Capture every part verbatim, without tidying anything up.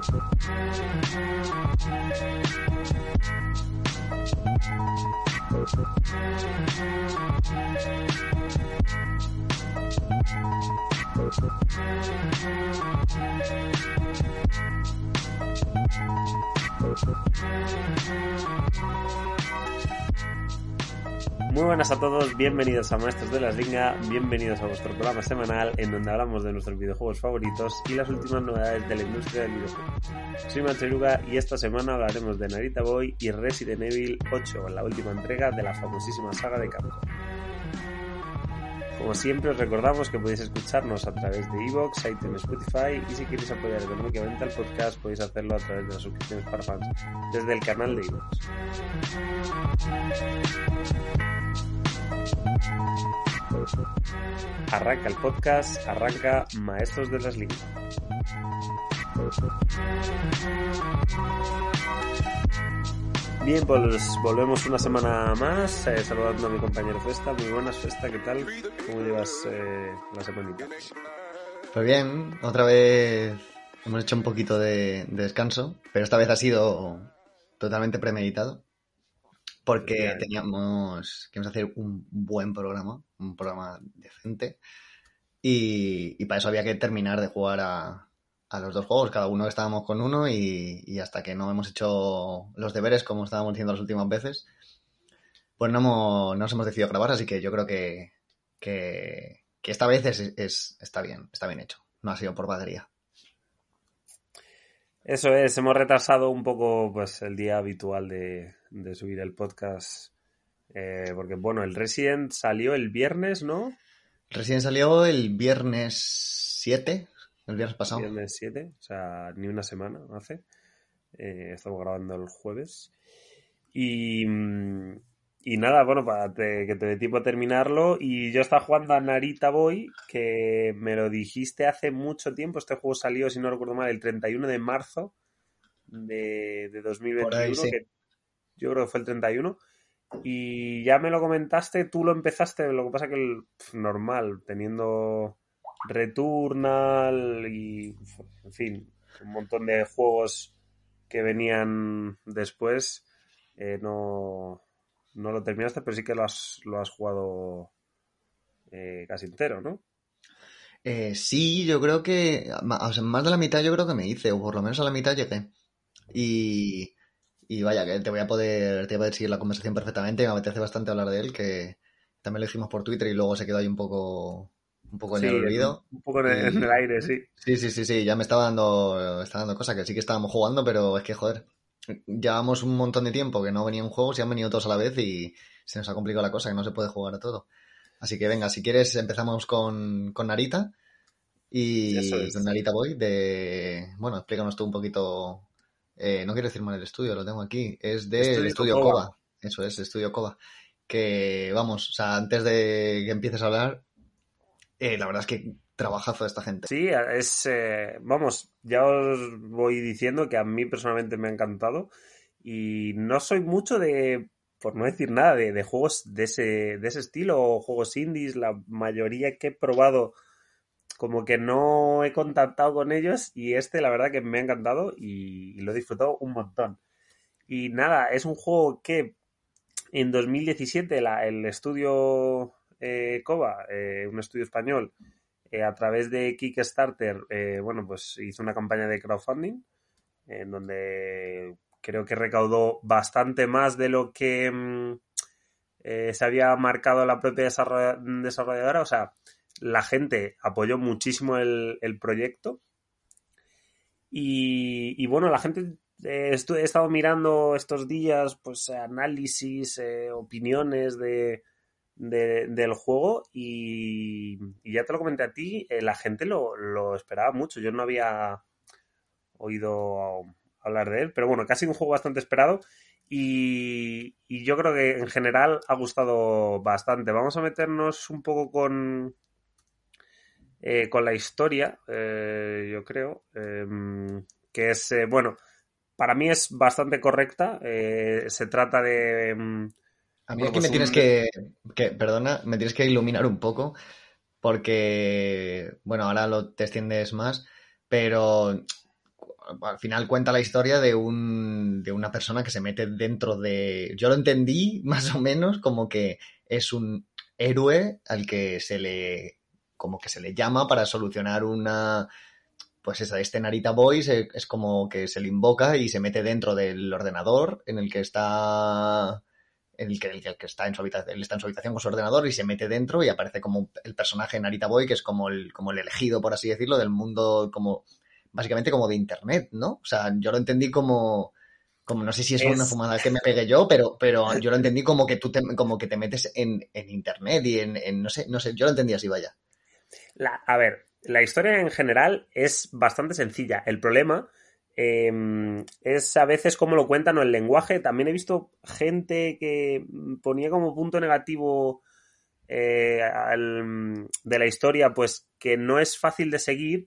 Muy buenas a todos, bienvenidos a Maestros de la Slinga, bienvenidos a vuestro programa semanal en donde hablamos de nuestros videojuegos favoritos y las últimas novedades de la industria del videojuego. Soy Macheruga y esta semana hablaremos de Narita Boy y Resident Evil ocho, la última entrega de la famosísima saga de Capcom. Como siempre os recordamos que podéis escucharnos a través de iVoox, iTunes, Spotify y si queréis apoyar económicamente al podcast podéis hacerlo a través de las suscripciones para fans desde el canal de iVoox. Arranca el podcast, arranca Maestros de la Slinga. Bien, pues volvemos una semana más, eh, saludando a mi compañero Festa. Muy buenas, Festa, ¿qué tal? ¿Cómo llevas eh, la semanita? Pues bien, otra vez hemos hecho un poquito de, de descanso, pero esta vez ha sido totalmente premeditado, porque Bien. teníamos que hacer un buen programa, un programa decente, y, y para eso había que terminar de jugar a... a los dos juegos, cada uno estábamos con uno y, y hasta que no hemos hecho los deberes como estábamos diciendo las últimas veces, pues no, hemos, no nos hemos decidido grabar, así que yo creo que, que, que esta vez es, es, está bien, está bien hecho, no ha sido por vaguería. Eso es, hemos retrasado un poco pues el día habitual de, de subir el podcast, eh, porque bueno, el Resident salió el viernes, ¿no? Resident salió el viernes siete. El viernes pasado. Viernes siete, o sea, ni una semana hace. Eh, estamos grabando el jueves. Y, y nada, bueno, para te, que te dé tiempo a terminarlo. Y yo estaba jugando a Narita Boy, que me lo dijiste hace mucho tiempo. Este juego salió, si no recuerdo mal, el treinta y uno de marzo de, de dos mil veintiuno. Ahí, sí. Que yo creo que fue el treinta y uno. Y ya me lo comentaste, tú lo empezaste. Lo que pasa que el pff, normal, teniendo Returnal y, en fin, un montón de juegos que venían después, eh, no, no lo terminaste, pero sí que lo has, lo has jugado eh, casi entero, ¿no? Eh, sí, yo creo que, o sea, más de la mitad yo creo que me hice, o por lo menos a la mitad llegué. Y, y vaya, que te voy a poder, te voy a poder seguir la conversación perfectamente, me apetece bastante hablar de él, que también lo dijimos por Twitter y luego se quedó ahí un poco... un poco en sí, el olvido. Un poco en el, y... en el aire, sí. Sí, sí, sí, sí, ya me estaba dando, estaba dando cosa, que sí que estábamos jugando, pero es que, joder, llevamos un montón de tiempo que no venían juegos y han venido todos a la vez y se nos ha complicado la cosa, que no se puede jugar a todo. Así que venga, si quieres empezamos con, con Narita y es. con Narita Boy de... Bueno, explícanos tú un poquito... Eh, no quiero decir mal el estudio, lo tengo aquí. Es del Estudio, estudio Koba. Koba. Eso es, Estudio Koba. Que, vamos, o sea, antes de que empieces a hablar... Eh, la verdad es que trabajazo de esta gente. Sí, es... Eh, vamos, ya os voy diciendo que a mí personalmente me ha encantado y no soy mucho de, por no decir nada, de, de juegos de ese, de ese estilo o juegos indies. La mayoría que he probado como que no he contactado con ellos y este la verdad que me ha encantado y, y lo he disfrutado un montón. Y nada, es un juego que en dos mil diecisiete la, el estudio... Eh, Koba, eh, un estudio español, eh, a través de Kickstarter, eh, bueno, pues hizo una campaña de crowdfunding en donde creo que recaudó bastante más de lo que mm, eh, se había marcado la propia desarrolladora. O sea, la gente apoyó muchísimo el, el proyecto y, y bueno, la gente eh, estu- he estado mirando estos días pues análisis, eh, opiniones de De, del juego y, y ya te lo comenté a ti, eh, la gente lo, lo esperaba mucho. Yo no había oído hablar de él, pero bueno, casi un juego bastante esperado y, y yo creo que en general ha gustado bastante. Vamos a meternos un poco con eh, con la historia, eh, yo creo, eh, que es, eh, bueno, para mí es bastante correcta. Eh, se trata de... A mí bueno, es que pues me tienes un... que, que, perdona, me tienes que iluminar un poco porque, bueno, ahora lo te extiendes más, pero al final cuenta la historia de un de una persona que se mete dentro de... Yo lo entendí más o menos como que es un héroe al que se le como que se le llama para solucionar una... Pues esa, este Narita Boy se, es como que se le invoca y se mete dentro del ordenador en el que está... En el que, el que está en su habitación, él está en su habitación con su ordenador y se mete dentro y aparece como el personaje Narita Boy, que es como el, como el elegido, por así decirlo, del mundo como... Básicamente como de internet, ¿no? O sea, yo lo entendí como... Como no sé si es una Es, fumada que me pegué yo, pero, pero yo lo entendí como que tú te, como que te metes en, en internet y en, en, no sé, no sé, yo lo entendí así, vaya. la, a ver, la historia en general es bastante sencilla. El problema eh, es a veces cómo lo cuentan o el lenguaje. También he visto gente que ponía como punto negativo eh, al, de la historia, pues que no es fácil de seguir.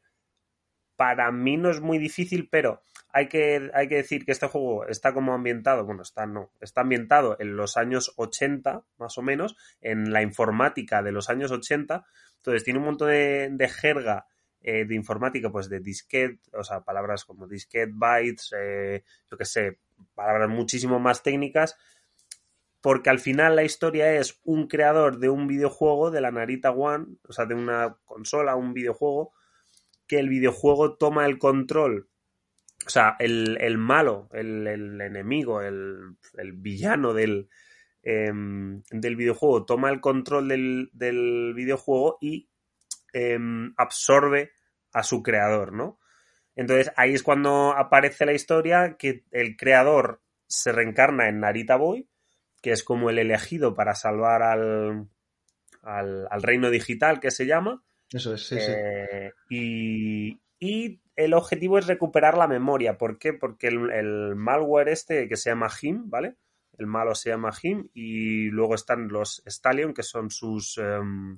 Para mí no es muy difícil, pero hay que, hay que decir que este juego está como ambientado, bueno, está no, está ambientado en los años ochenta, más o menos, en la informática de los años ochenta. Entonces tiene un montón de, de jerga eh, de informática, pues de disquete, o sea, palabras como disquete, bytes, eh, yo qué sé, palabras muchísimo más técnicas, porque al final la historia es un creador de un videojuego, de la Narita One, o sea, de una consola, un videojuego, que el videojuego toma el control, o sea, el, el malo, el, el enemigo, el, el villano del, eh, del videojuego toma el control del, del videojuego y eh, absorbe a su creador, ¿no? Entonces ahí es cuando aparece la historia que el creador se reencarna en Narita Boy, que es como el elegido para salvar al, al, al reino digital que se llama, Eso es, sí, sí. eh, y, y, el objetivo es recuperar la memoria. ¿Por qué? Porque el, el malware este que se llama Him, ¿vale? El malo se llama Him y luego están los Stallion, que son sus... Eh,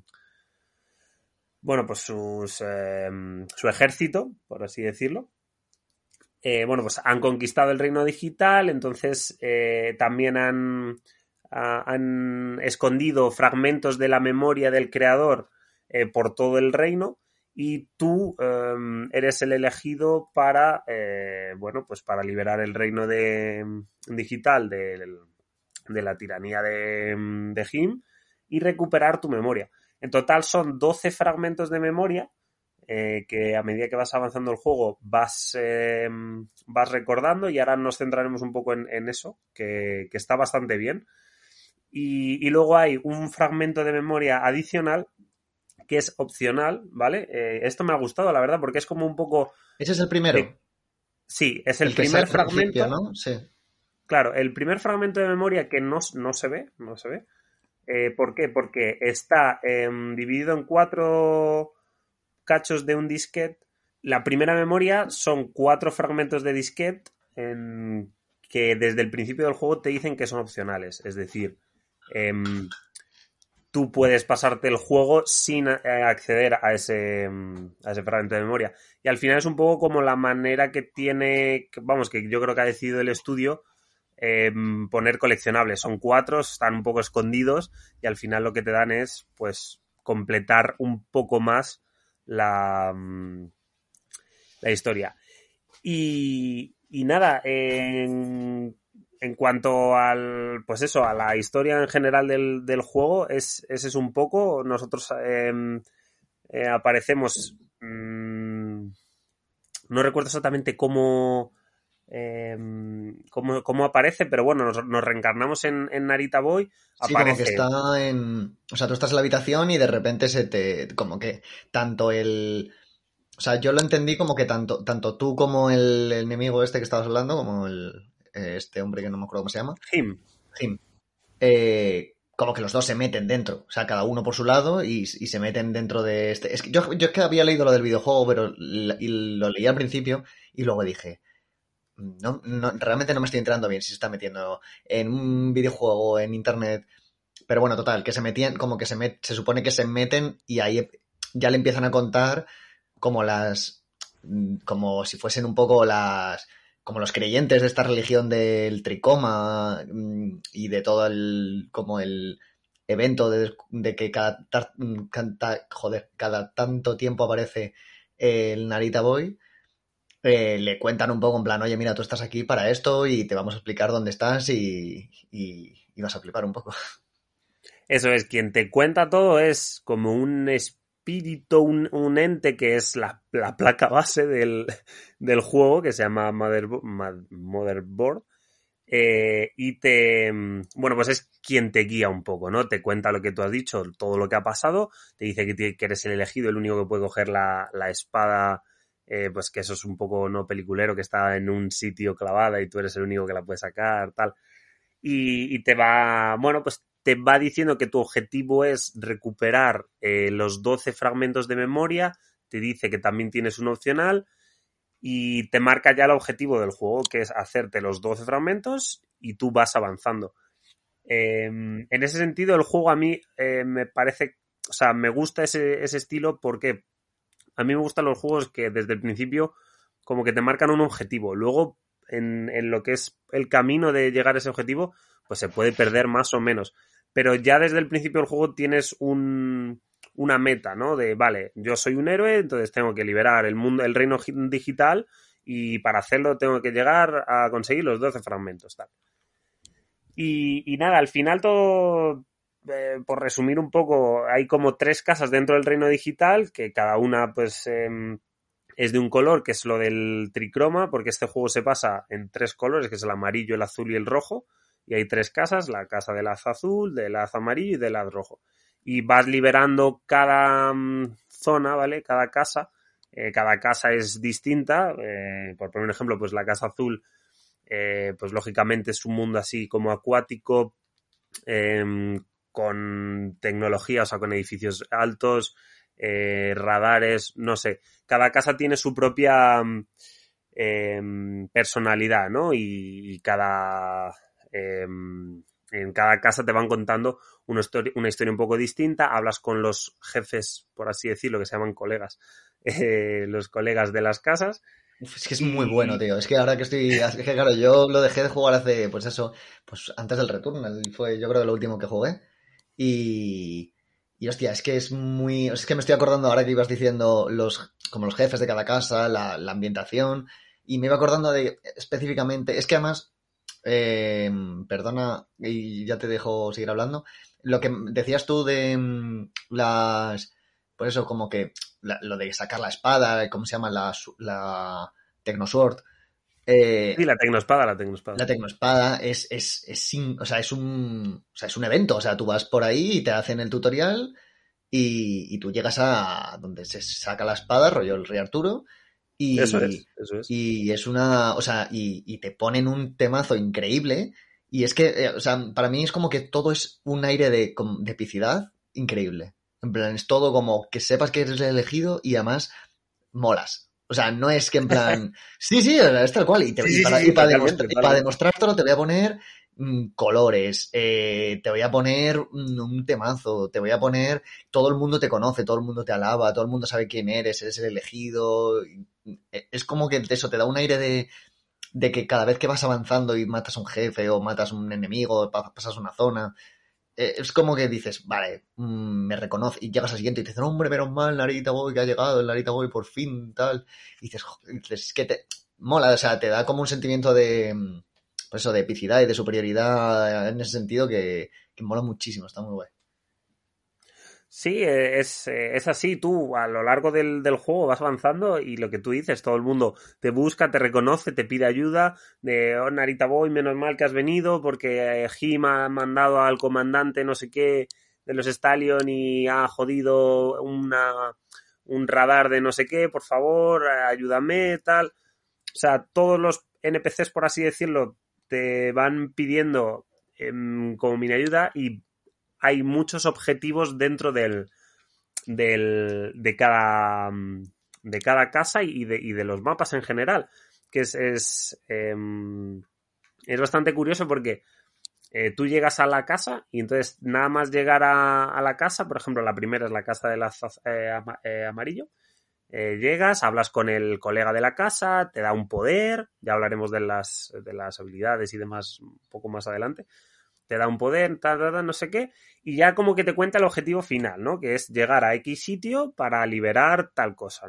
bueno, pues sus, eh, su ejército, por así decirlo. Eh, bueno, pues han conquistado el reino digital, entonces eh, también han, a, han escondido fragmentos de la memoria del creador eh, por todo el reino y tú eh, eres el elegido para, eh, bueno, pues para liberar el reino de, digital de, de la tiranía de, de Him y recuperar tu memoria. En total son doce fragmentos de memoria eh, que a medida que vas avanzando el juego vas, eh, vas recordando y ahora nos centraremos un poco en, en eso, que, que, está bastante bien. Y, y, luego hay un fragmento de memoria adicional que es opcional, ¿vale? Eh, esto me ha gustado, la verdad, porque es como un poco... ¿Ese es el primero? De... Sí, es el, El que sale primer al principio, fragmento. ¿no? Sí. Claro, el primer fragmento de memoria que no, no se ve, no se ve. Eh, ¿Por qué? Porque está eh, dividido en cuatro cachos de un disquete. La primera memoria son cuatro fragmentos de disquete en que desde el principio del juego te dicen que son opcionales. Es decir, eh, tú puedes pasarte el juego sin acceder a ese, a ese fragmento de memoria. Y al final es un poco como la manera que tiene, vamos, que yo creo que ha decidido el estudio eh, poner coleccionables. Son cuatro, están un poco escondidos y al final lo que te dan es, pues, completar un poco más la, la historia. Y, y nada, en, en cuanto al, pues eso, a la historia en general del, del juego, es, ese es un poco, nosotros eh, eh, aparecemos, mmm, no recuerdo exactamente cómo, eh, cómo, cómo aparece, pero bueno, nos, nos reencarnamos en, en Narita Boy, Sí, como que aparece... está en... O sea, tú estás en la habitación y de repente se te... Como que tanto el... O sea, yo lo entendí como que tanto, tanto tú como el, el enemigo este que estabas hablando, como el, este hombre que no me acuerdo cómo se llama, Him. Jim, eh, como que los dos se meten dentro, o sea, cada uno por su lado y, y se meten dentro de este... Es que yo, yo es que había leído lo del videojuego, pero l- y lo leí al principio y luego dije, no, no, realmente no me estoy enterando bien si se está metiendo en un videojuego, en internet, pero bueno, total, que se metían, como que se, met, se supone que se meten y ahí ya le empiezan a contar como las, como si fuesen un poco las, como los creyentes de esta religión del tricoma y de todo el, como el evento de, de que cada, cada, joder, cada tanto tiempo aparece el Narita Boy, eh, le cuentan un poco en plan, oye, mira, tú estás aquí para esto y te vamos a explicar dónde estás y, y, y vas a flipar un poco. Eso es, quien te cuenta todo es como un espíritu, un, un ente que es la, la placa base del, del juego, que se llama Motherbo- Ma- Motherboard. Eh, y te, bueno, pues es quien te guía un poco, ¿no? Te cuenta lo que tú has dicho, todo lo que ha pasado, te dice que, te- que eres el elegido, el único que puede coger la, la espada, eh, pues que eso es un poco no peliculero, que está en un sitio clavada y tú eres el único que la puede sacar, tal. Y, y te va, bueno, pues te va diciendo que tu objetivo es recuperar eh, los doce fragmentos de memoria, te dice que también tienes un opcional y te marca ya el objetivo del juego, que es hacerte los doce fragmentos y tú vas avanzando. Eh, en ese sentido, el juego a mí eh, me parece, o sea, me gusta ese, ese estilo porque a mí me gustan los juegos que desde el principio como que te marcan un objetivo. Luego, en, en lo que es el camino de llegar a ese objetivo, pues se puede perder más o menos. Pero ya desde el principio del juego tienes un, una meta, ¿no? De, vale, yo soy un héroe, entonces tengo que liberar el mundo, el reino digital y para hacerlo tengo que llegar a conseguir los doce fragmentos, tal. Y, y nada, al final todo, eh, por resumir un poco, hay como tres casas dentro del reino digital, que cada una pues eh, es de un color, que es lo del tricroma, porque este juego se pasa en tres colores, que es el amarillo, el azul y el rojo, y hay tres casas, la casa del haz azul, del haz amarillo y del haz rojo. Y vas liberando cada um, zona, ¿vale? Cada casa, eh, cada casa es distinta, eh, por poner un ejemplo, pues la casa azul eh, pues lógicamente es un mundo así como acuático, eh, con tecnología, o sea, con edificios altos, eh, radares, no sé. Cada casa tiene su propia eh, personalidad, ¿no? Y, y cada... Eh, en cada casa te van contando una historia, una historia un poco distinta, hablas con los jefes, por así decirlo, que se llaman colegas, eh, los colegas de las casas, Uf, es que es muy bueno, y, tío. Es que ahora que estoy. Es que claro, yo lo dejé de jugar hace, pues eso, pues antes del Returnal. Fue yo creo que lo último que jugué. Y. Y hostia, es que es muy. Es que me estoy acordando ahora que ibas diciendo los. Como los jefes de cada casa, la, la ambientación. Y me iba acordando de específicamente. Es que además. eh, perdona, y ya te dejo seguir hablando. Lo que decías tú de mm, las. Pues eso, como que la- lo de sacar la espada, ¿cómo se llama? La, su- la Tecnosword. sí, Eh, la tecnospada, la tecnospada. la Tecnospada es, es, es, sin- o sea, es un, o sea, es un evento. O sea, tú vas por ahí y te hacen el tutorial y, y tú llegas a donde se saca la espada, rollo el Rey Arturo, Eso y, es, eso es. y es una, o sea, y, y te ponen un temazo increíble. Y es que, eh, o sea, para mí es como que todo es un aire de, com- de epicidad increíble. En plan, es todo como que sepas que eres el elegido y además molas. O sea, no es que en plan, sí, sí, es tal cual. Y, te- Sí, y sí, sí, para, y sí, para, totalmente, demostrar, y para totalmente. demostrártelo te voy a poner mm, colores, eh, te voy a poner mm, un temazo, te voy a poner, todo el mundo te conoce, todo el mundo te alaba, todo el mundo sabe quién eres, eres el elegido. Y, eh, Es como que eso te da un aire de, de que cada vez que vas avanzando y matas a un jefe o matas a un enemigo, pa- pasas una zona, eh, es como que dices, vale, mmm, me reconoce, y llegas al siguiente y te dicen, hombre, menos mal, Narita Boy, que ha llegado, el Narita Boy por fin, tal. Y dices, joder, dices, es que te mola, o sea, te da como un sentimiento de, mm, pues eso, de epicidad y de superioridad en ese sentido que, que mola muchísimo, está muy guay. Sí, eh, es, eh, es así, tú a lo largo del, del juego vas avanzando y lo que tú dices, todo el mundo te busca, te reconoce, te pide ayuda, de, oh, Narita Boy, menos mal que has venido porque eh, Jim ha mandado al comandante no sé qué de los Stallion y ha jodido una, un radar de no sé qué, por favor, eh, ayúdame, tal. O sea, todos los N P Cs, por así decirlo, te van pidiendo em, como mini ayuda y hay muchos objetivos dentro del, del de cada de cada casa y de, y de los mapas en general, que es es, eh, es bastante curioso porque eh, tú llegas a la casa y entonces nada más llegar a, a la casa, por ejemplo, la primera es la casa del az, eh, ama, eh, amarillo, eh, llegas, hablas con el colega de la casa, te da un poder, ya hablaremos de las, de las habilidades y demás un poco más adelante, te da un poder, ta, ta, ta, no sé qué, y ya como que te cuenta el objetivo final, ¿no? Que es llegar a X sitio para liberar tal cosa, ¿no?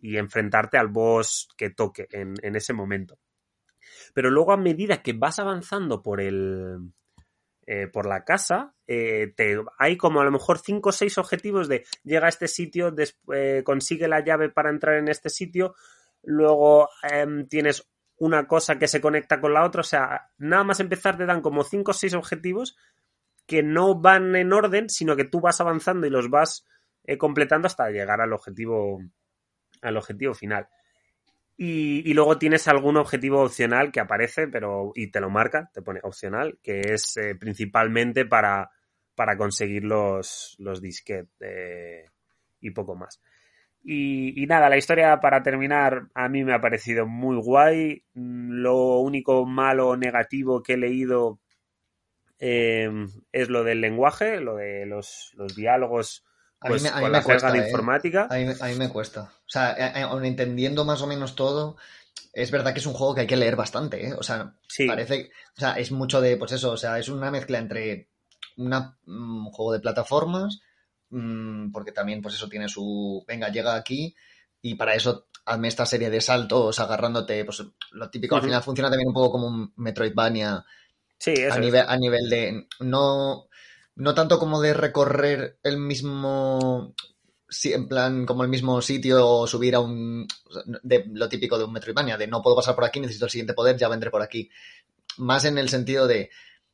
y enfrentarte al boss que toque en, en ese momento. Pero luego a medida que vas avanzando por el... Eh, por la casa, eh, te, hay como a lo mejor cinco o seis objetivos de llega a este sitio, des, eh, consigue la llave para entrar en este sitio, luego eh, tienes una cosa que se conecta con la otra, o sea, nada más empezar te dan como cinco o seis objetivos que no van en orden, sino que tú vas avanzando y los vas eh, completando hasta llegar al objetivo, al objetivo final. Y, y luego tienes algún objetivo opcional que aparece, pero y te lo marca, te pone opcional, que es eh, principalmente para, para conseguir los, los disquetes eh, y poco más. Y, y nada, la historia, para terminar, a mí me ha parecido muy guay. Lo único malo o negativo que he leído eh, es lo del lenguaje, lo de los, los diálogos. A mí Pues me, a mí con me la jerga cuesta, de ¿eh? informática. A mí, a mí me cuesta. O sea, a- a- aun entendiendo más o menos todo, es verdad que es un juego que hay que leer bastante, ¿eh? O sea, Sí. parece... O sea, es mucho de, pues eso, o sea, es una mezcla entre una, un juego de plataformas, mmm, porque también, pues eso, tiene su... Venga, llega aquí y para eso hazme esta serie de saltos agarrándote, pues lo típico, al Uh-huh. final funciona también un poco como un Metroidvania Sí, a eso es. nivel, a nivel de... No, no tanto como de recorrer el mismo... Sí, en plan, como el mismo sitio o subir a un... De lo típico de un Metroidvania, de no puedo pasar por aquí, necesito el siguiente poder, ya vendré por aquí. Más en el sentido de...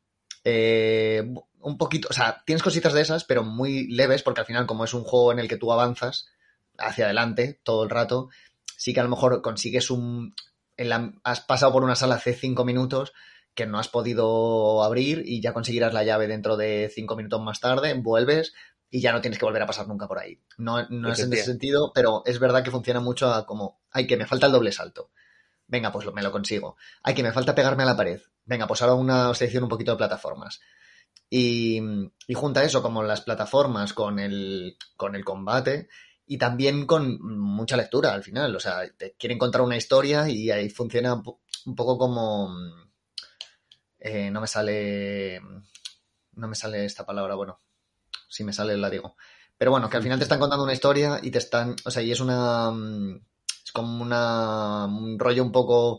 Eh, un poquito... O sea, tienes cositas de esas, pero muy leves, porque al final, como es un juego en el que tú avanzas hacia adelante todo el rato, sí que a lo mejor consigues un... En la, has pasado por una sala hace cinco minutos que no has podido abrir y ya conseguirás la llave dentro de cinco minutos más tarde, vuelves y ya no tienes que volver a pasar nunca por ahí. No, no es en ese sentido, pero es verdad que funciona mucho a como, ay, que me falta el doble salto. Venga, pues lo, me lo consigo. Ay, que me falta pegarme a la pared. Venga, pues ahora una sección un poquito de plataformas. Y, y junta eso, como las plataformas con el, con el combate y también con mucha lectura al final. O sea, te quieren contar una historia y ahí funciona un poco como... Eh, no me sale... No me sale esta palabra, bueno, si me sale la digo. Pero bueno, que al final te están contando una historia y te están... O sea, y es una... Es como una... Un rollo un poco...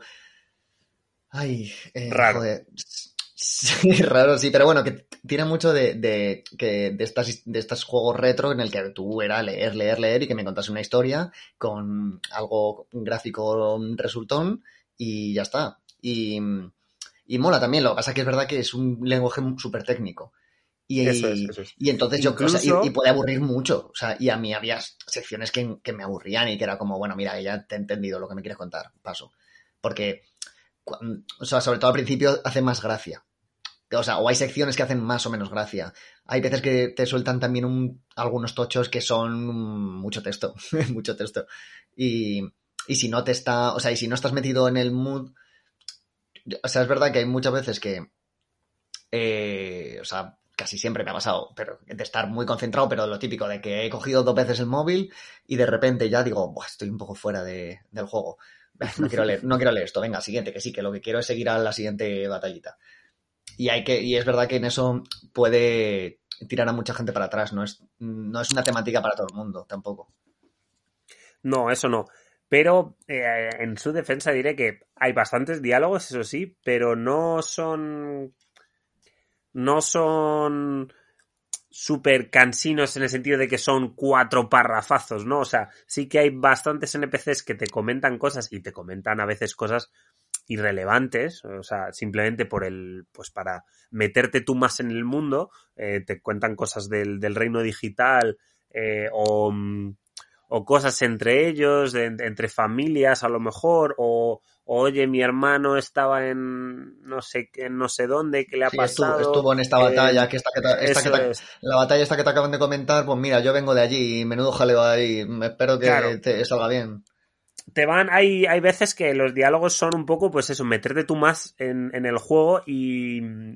Ay, eh, Raro. joder. Sí, raro, sí, pero bueno, que tiene mucho de, de, que de, estas, de estos juegos retro en el que tú era leer, leer, leer y que me contase una historia con algo un gráfico resultón y ya está. Y, y mola también, lo que pasa es que es verdad que es un lenguaje súper técnico. Eso es, Y, eso es. y entonces yo, o sea, y, y Incluso, puede aburrir mucho. O sea, y a mí había secciones que, que me aburrían y que era como, bueno, mira, ya te he entendido lo que me quieres contar, paso. Porque, o sea, sobre todo al principio hace más gracia. O sea, o hay secciones que hacen más o menos gracia. Hay veces que te sueltan también un, algunos tochos que son mucho texto, mucho texto. Y, y si no te está, o sea, y si no estás metido en el mood, o sea, es verdad que hay muchas veces que, eh, o sea, casi siempre me ha pasado, pero de estar muy concentrado, pero lo típico de que he cogido dos veces el móvil y de repente ya digo, buah, estoy un poco fuera de, del juego. No quiero leer, no quiero leer esto, venga, siguiente, que sí, que lo que quiero es seguir a la siguiente batallita. Y hay que, y es verdad que en eso puede tirar a mucha gente para atrás, no es, no es una temática para todo el mundo, tampoco. no, eso no. Pero eh, en su defensa diré que hay bastantes diálogos, eso sí, pero no son... No son súper cansinos en el sentido de que son cuatro parrafazos, ¿no? O sea, sí que hay bastantes N P Cs que te comentan cosas y te comentan a veces cosas irrelevantes, o sea, simplemente por el, pues para meterte tú más en el mundo, eh, te cuentan cosas del, del reino digital eh, o, o cosas entre ellos, de, de, entre familias a lo mejor, o, o oye, mi hermano estaba en no sé en no sé dónde, ¿qué le ha Sí, estuvo, pasado? estuvo en esta Eh, batalla, que esta que te, esta que eso te, es. la batalla esta que te acaban de comentar, pues mira, yo vengo de allí, menudo jaleo ahí, espero que Claro, te salga bien. te van, hay, hay veces que los diálogos son un poco, pues eso, meterte tú más en, en el juego y,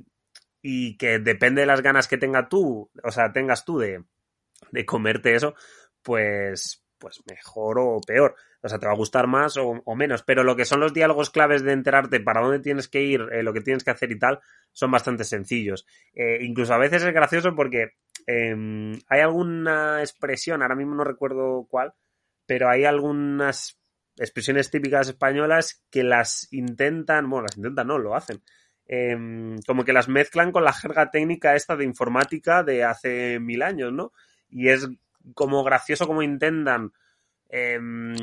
y que depende de las ganas que tenga tú, o sea, tengas tú de, de comerte eso, pues, pues mejor o peor. O sea, te va a gustar más o, o menos. Pero lo que son los diálogos claves de enterarte para dónde tienes que ir, eh, lo que tienes que hacer y tal, son bastante sencillos. Eh, incluso a veces es gracioso porque eh, hay alguna expresión, ahora mismo no recuerdo cuál, pero hay algunas expresiones típicas españolas que las intentan, bueno, las intentan, no, lo hacen. Eh, como que las mezclan con la jerga técnica esta de informática de hace mil años, ¿no? Y es como gracioso como intentan eh,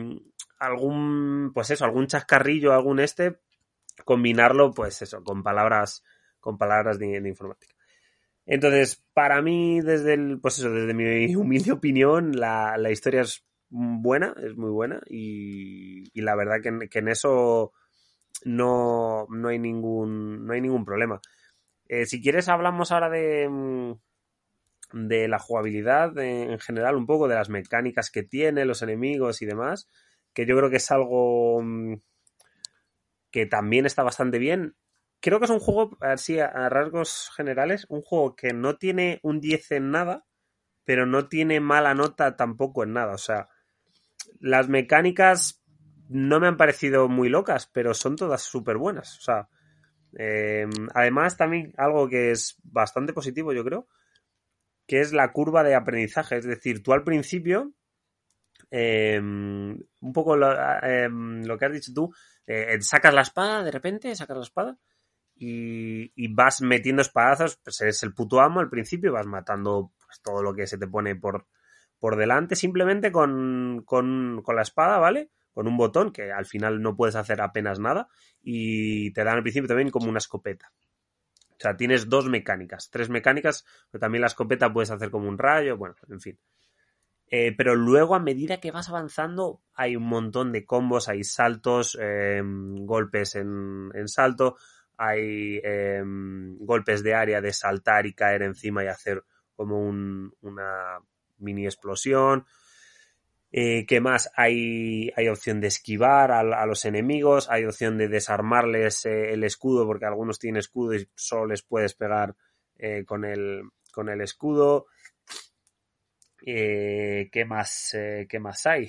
algún, pues eso, algún chascarrillo, algún este, combinarlo, pues eso, con palabras, con palabras de, de informática. Entonces, para mí, desde el, pues eso, desde mi humilde opinión, la, la historia es buena, es muy buena, y, y la verdad que, que en eso no, no hay ningún, no hay ningún problema. Eh, si quieres, hablamos ahora de, de la jugabilidad de, en general, un poco de las mecánicas que tiene, los enemigos y demás, que yo creo que es algo que también está bastante bien. Creo que es un juego, así a, a rasgos generales, un juego que no tiene un diez en nada, pero no tiene mala nota tampoco en nada. O sea, las mecánicas no me han parecido muy locas, pero son todas súper buenas. O sea, eh, además también algo que es bastante positivo, yo creo, que es la curva de aprendizaje. Es decir, tú al principio, eh, un poco lo, eh, lo que has dicho tú, eh, sacas la espada de repente, sacas la espada y, y vas metiendo espadazos, pues eres el puto amo al principio, vas matando pues, todo lo que se te pone por, por delante simplemente con, con, con la espada, ¿vale? Con un botón que al final no puedes hacer apenas nada y te dan al principio también como una escopeta. O sea, tienes dos mecánicas, tres mecánicas, pero también la escopeta puedes hacer como un rayo, bueno, en fin. Eh, pero luego, a medida que vas avanzando, hay un montón de combos, hay saltos, eh, golpes en, en salto, hay eh, golpes de área de saltar y caer encima y hacer como un, una mini explosión. Eh, ¿Qué más? Hay, hay opción de esquivar a, a los enemigos, hay opción de desarmarles eh, el escudo, porque algunos tienen escudo y solo les puedes pegar eh, con, el, con el escudo. Eh, ¿qué más eh, qué más hay?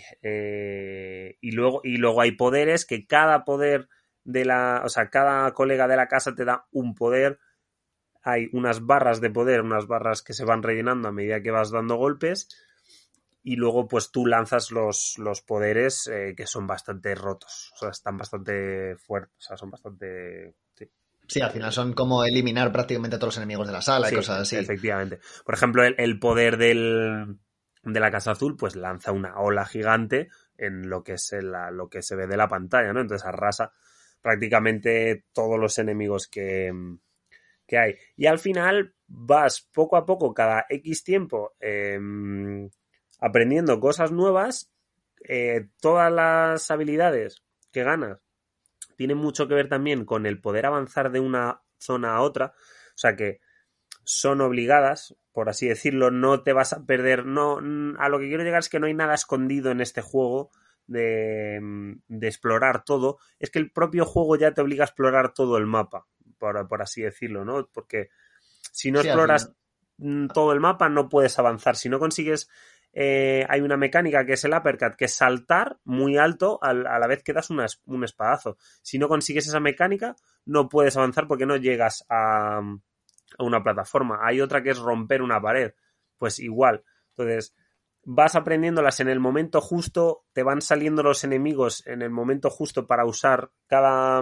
Eh, y luego y luego hay poderes que cada poder de la, o sea, cada colega de la casa te da un poder. Hay unas barras de poder, unas barras que se van rellenando a medida que vas dando golpes y luego pues tú lanzas los, los poderes eh, que son bastante rotos, o sea, están bastante fuertes, o sea, son bastante... Sí. Sí, al final son como eliminar prácticamente a todos los enemigos de la sala Sí, y cosas así. efectivamente. Por ejemplo, el, el poder del, de la Casa Azul, pues lanza una ola gigante en lo que es la, lo que se ve de la pantalla, ¿no? Entonces arrasa prácticamente todos los enemigos que, que hay. Y al final vas poco a poco, cada X tiempo, eh, aprendiendo cosas nuevas. Eh, todas las habilidades que ganas tienen mucho que ver también con el poder avanzar de una zona a otra. O sea que son obligadas, por así decirlo, no te vas a perder, no, a lo que quiero llegar es que no hay nada escondido en este juego de, de explorar todo, es que el propio juego ya te obliga a explorar todo el mapa, por, por así decirlo, ¿no? Porque si no Sí, al exploras final. todo el mapa no puedes avanzar, si no consigues eh, hay una mecánica que es el uppercut, que es saltar muy alto a, a la vez que das una, un espadazo. Si no consigues esa mecánica, no puedes avanzar porque no llegas a, a una plataforma. Hay otra que es romper una pared. Pues igual. Entonces, vas aprendiéndolas en el momento justo, te van saliendo los enemigos en el momento justo para usar cada,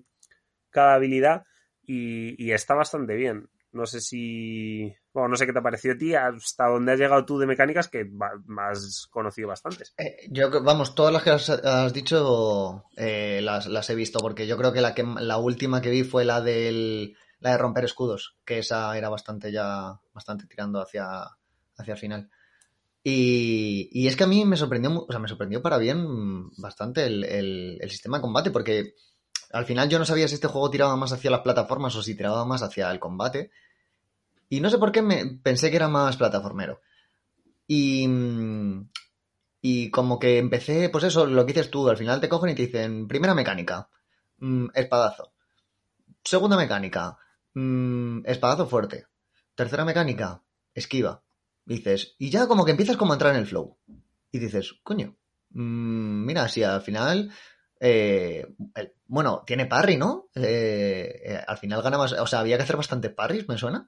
cada habilidad y, y está bastante bien. No sé si... Bueno, no sé qué te ha parecido a ti, hasta dónde has llegado tú de mecánicas, que has conocido bastantes. Eh, yo, vamos, todas las que has, has dicho eh, las, las he visto, porque yo creo que la, que la última que vi fue la del la de romper escudos, que esa era bastante ya, bastante tirando hacia, hacia el final. Y, y es que a mí me sorprendió, o sea, me sorprendió para bien bastante el, el, el sistema de combate, porque al final yo no sabía si este juego tiraba más hacia las plataformas o si tiraba más hacia el combate. Y no sé por qué me pensé que era más plataformero. Y, y como que empecé, pues eso, lo que dices tú, al final te cogen y te dicen, primera mecánica, mmm, espadazo. Segunda mecánica, mmm, espadazo fuerte. Tercera mecánica, esquiva. Dices, y ya como que empiezas como a entrar en el flow. Y dices, coño, mmm, mira, si al final... Eh, el, bueno, tiene parry, ¿no? Eh, eh, al final gana más... O sea, había que hacer bastante parries, me suena.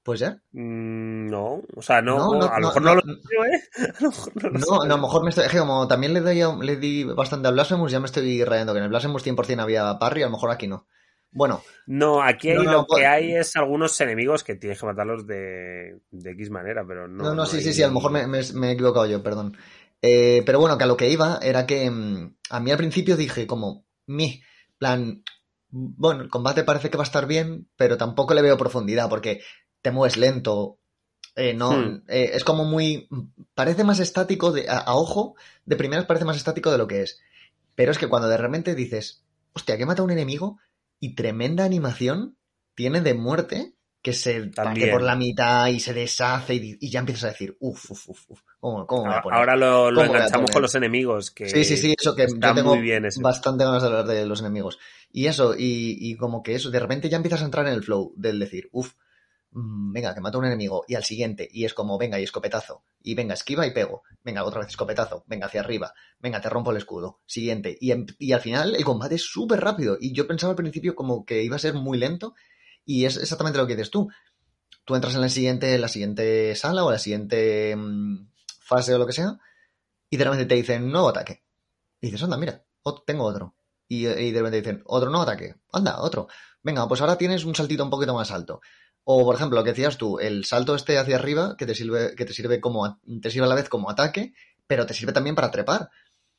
¿Puede ser? Mm, no, o sea, no, No, no, a lo no, mejor no no, lo no, sé, ¿eh? A lo mejor no lo no, sé. no, a lo mejor me estoy... Es que como también le doy, a- le di bastante a Blasphemous, ya me estoy rayando, que en el Blasphemous cien por ciento había parry, a lo mejor aquí no. Bueno, No, aquí no, hay, no, no, lo que pu- hay es algunos enemigos que tienes que matarlos de, de X manera, pero no, no, no, no sí, sí, sí, a lo mejor hay... me, me- me he equivocado yo, perdón. Eh, pero bueno, que a lo que iba era que mm, a mí al principio dije como, mi, plan, bueno, el combate parece que va a estar bien, pero tampoco le veo profundidad, porque te mueves lento, eh, no, Hmm, eh, es como muy, parece más estático, de, a, a ojo, de primeras parece más estático de lo que es. Pero es que cuando de repente dices, hostia, que mata a un enemigo y tremenda animación tiene de muerte que se parte por la también. mitad y se deshace y, y ya empiezas a decir, uff, uff, uff, uf, ¿cómo, ¿cómo me voy a A- poner? Ahora lo, lo ¿Cómo me voy a enganchamos con poner? los enemigos, Sí, sí, que sí, eso que está yo muy tengo bien ese. bastante ganas de hablar de los enemigos. Y eso, y, y como que eso, de repente ya empiezas a entrar en el flow del decir, uff, mm, venga, que mata un enemigo, y al siguiente, y es como, venga, y escopetazo, y venga, esquiva y pego, venga, otra vez escopetazo, venga, hacia arriba, venga, te rompo el escudo, siguiente, y, en- y al final el combate es súper rápido, y yo pensaba al principio como que iba a ser muy lento, y es exactamente lo que dices tú. Tú entras en la siguiente, en la siguiente sala o la siguiente mm, fase o lo que sea, y de repente te dicen nuevo ataque. Y dices, anda, mira, ot- tengo otro. Y, y de repente dicen, otro nuevo ataque. Anda, otro. Venga, pues ahora tienes un saltito un poquito más alto. O, por ejemplo, lo que decías tú, el salto este hacia arriba, que te sirve, que te sirve como, a- te sirve a la vez como ataque, pero te sirve también para trepar.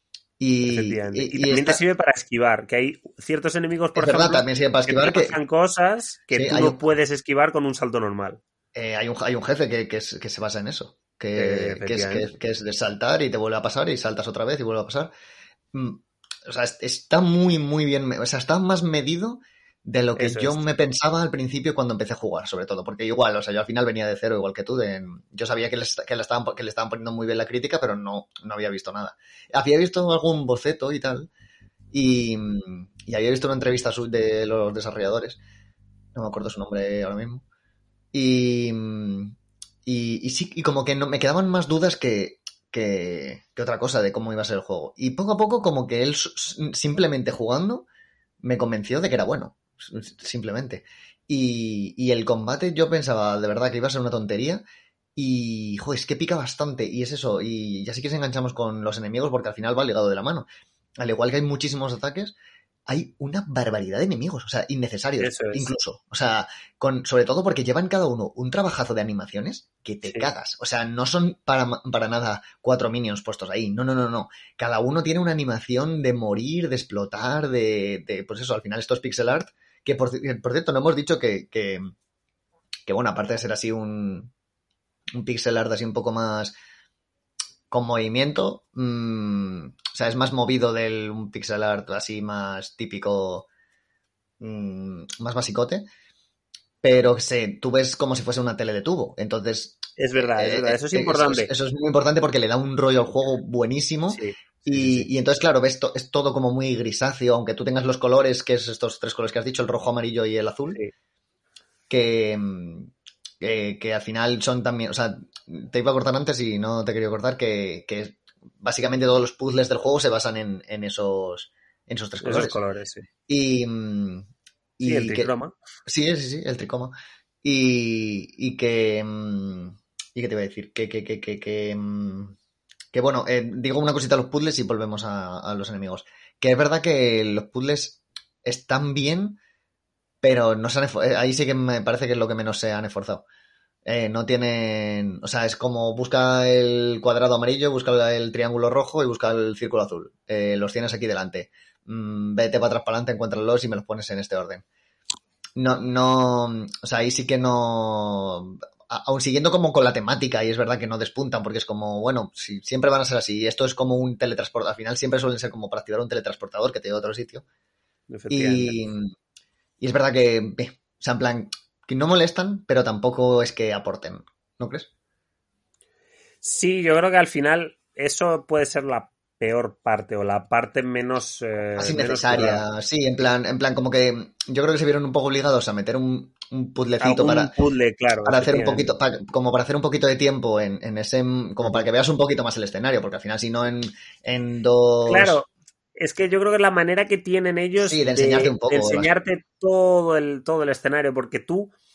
Y, Efectivamente. Y y, y también te está, sirve para esquivar, que hay ciertos enemigos, es por verdad, ejemplo, también sirve para que te esquivar que, lanzan cosas que sí, tú hay no un, puedes esquivar con un salto normal. eh, hay un, hay un jefe que, que, es, que se basa en eso. Eh, Que, que, es, que, efectivamente. es, que es de saltar y te vuelve a pasar y saltas otra vez y vuelve a pasar. Mm, o sea, es- está muy, muy bien, me- o sea, está más medido de lo que Eso yo es. me pensaba al principio cuando empecé a jugar, sobre todo, porque igual, o sea, yo al final venía de cero, igual que tú, de, yo sabía que, les- que, le estaban, que le estaban poniendo muy bien la crítica, pero no, no había visto nada. Había visto algún boceto y tal, y, y había visto una entrevista su- de los desarrolladores, no me acuerdo su nombre ahora mismo, y, y, y sí, y como que no, me quedaban más dudas que, que, que otra cosa de cómo iba a ser el juego. Y poco a poco, como que él s- simplemente jugando me convenció de que era bueno. s- Simplemente. Y, y el combate yo pensaba de verdad que iba a ser una tontería. Y, joder, es que pica bastante. Y es eso. Y ya sí que se enganchamos con los enemigos porque al final va ligado de la mano. Al igual que hay muchísimos ataques, hay una barbaridad de enemigos, o sea, innecesarios, Eso es. incluso. O sea, con, sobre todo porque llevan cada uno un trabajazo de animaciones que te Sí. cagas. O sea, no son para, para nada cuatro minions puestos ahí. No, no, no, no. Cada uno tiene una animación de morir, de explotar, de. de pues eso, al final esto es pixel art. Que por, por cierto, no hemos dicho que, que, que, bueno, aparte de ser así un, un pixel art así un poco más con movimiento, mmm, o sea, es más movido del un pixel art así más típico, mmm, más basicote, pero se, tú ves como si fuese una tele de tubo. Entonces, Es verdad, es eh, verdad. eh, Eso es eso, importante. eso es muy importante porque le da un rollo al juego buenísimo. Sí, sí, sí, Y, sí. y entonces, claro, ves, to, es todo como muy grisáceo, aunque tú tengas los colores, que es estos tres colores que has dicho, el rojo, amarillo y el azul, Sí. que, mm, que, que al final son también, o sea, te iba a cortar antes y no te quería cortar, que, que básicamente todos los puzzles del juego se basan en, en esos, en esos tres Esos colores. colores, sí. Y, mm, Sí, el y que, tricroma. sí, sí, sí, el tricoma. Y, y que, mm, y que te iba a decir, que, que, que, que, que, mm, que bueno, eh, digo una cosita a los puzzles y volvemos a, a los enemigos. Que es verdad que los puzzles están bien, pero no se han esfor- eh, ahí sí que me parece que es lo que menos se han esforzado. Eh, no tienen. O sea, es como busca el cuadrado amarillo, busca el triángulo rojo y busca el círculo azul. Eh, los tienes aquí delante. Mm, vete para atrás para adelante, encuéntralos y me los pones en este orden. No, no. O sea, ahí sí que no. a- Aun siguiendo como con la temática, y es verdad que no despuntan, porque es como, bueno, si, siempre van a ser así. Esto es como un teletransportador. Al final siempre suelen ser como para activar un teletransportador que te lleva a otro sitio. Efectivamente. Y, y es verdad que, eh, o sea, en plan, que no molestan, pero tampoco es que aporten, ¿no crees? Sí, yo creo que al final eso puede ser la peor parte o la parte menos, Más eh, menos currada. innecesaria, sí, en Sí. plan, en plan, como que yo creo que se vieron un poco obligados a meter un, un puzzlecito para, Algún puzzle, claro, para hacer un efectivamente. poquito, para- como para hacer un poquito de tiempo en, en ese, como para Ujú. que veas un poquito más el escenario, porque al final si no en, en dos, Claro, es que yo creo que es la manera que tienen sí, ellos de enseñarte de, un de poco las, enseñarte todo el, todo el escenario, porque tú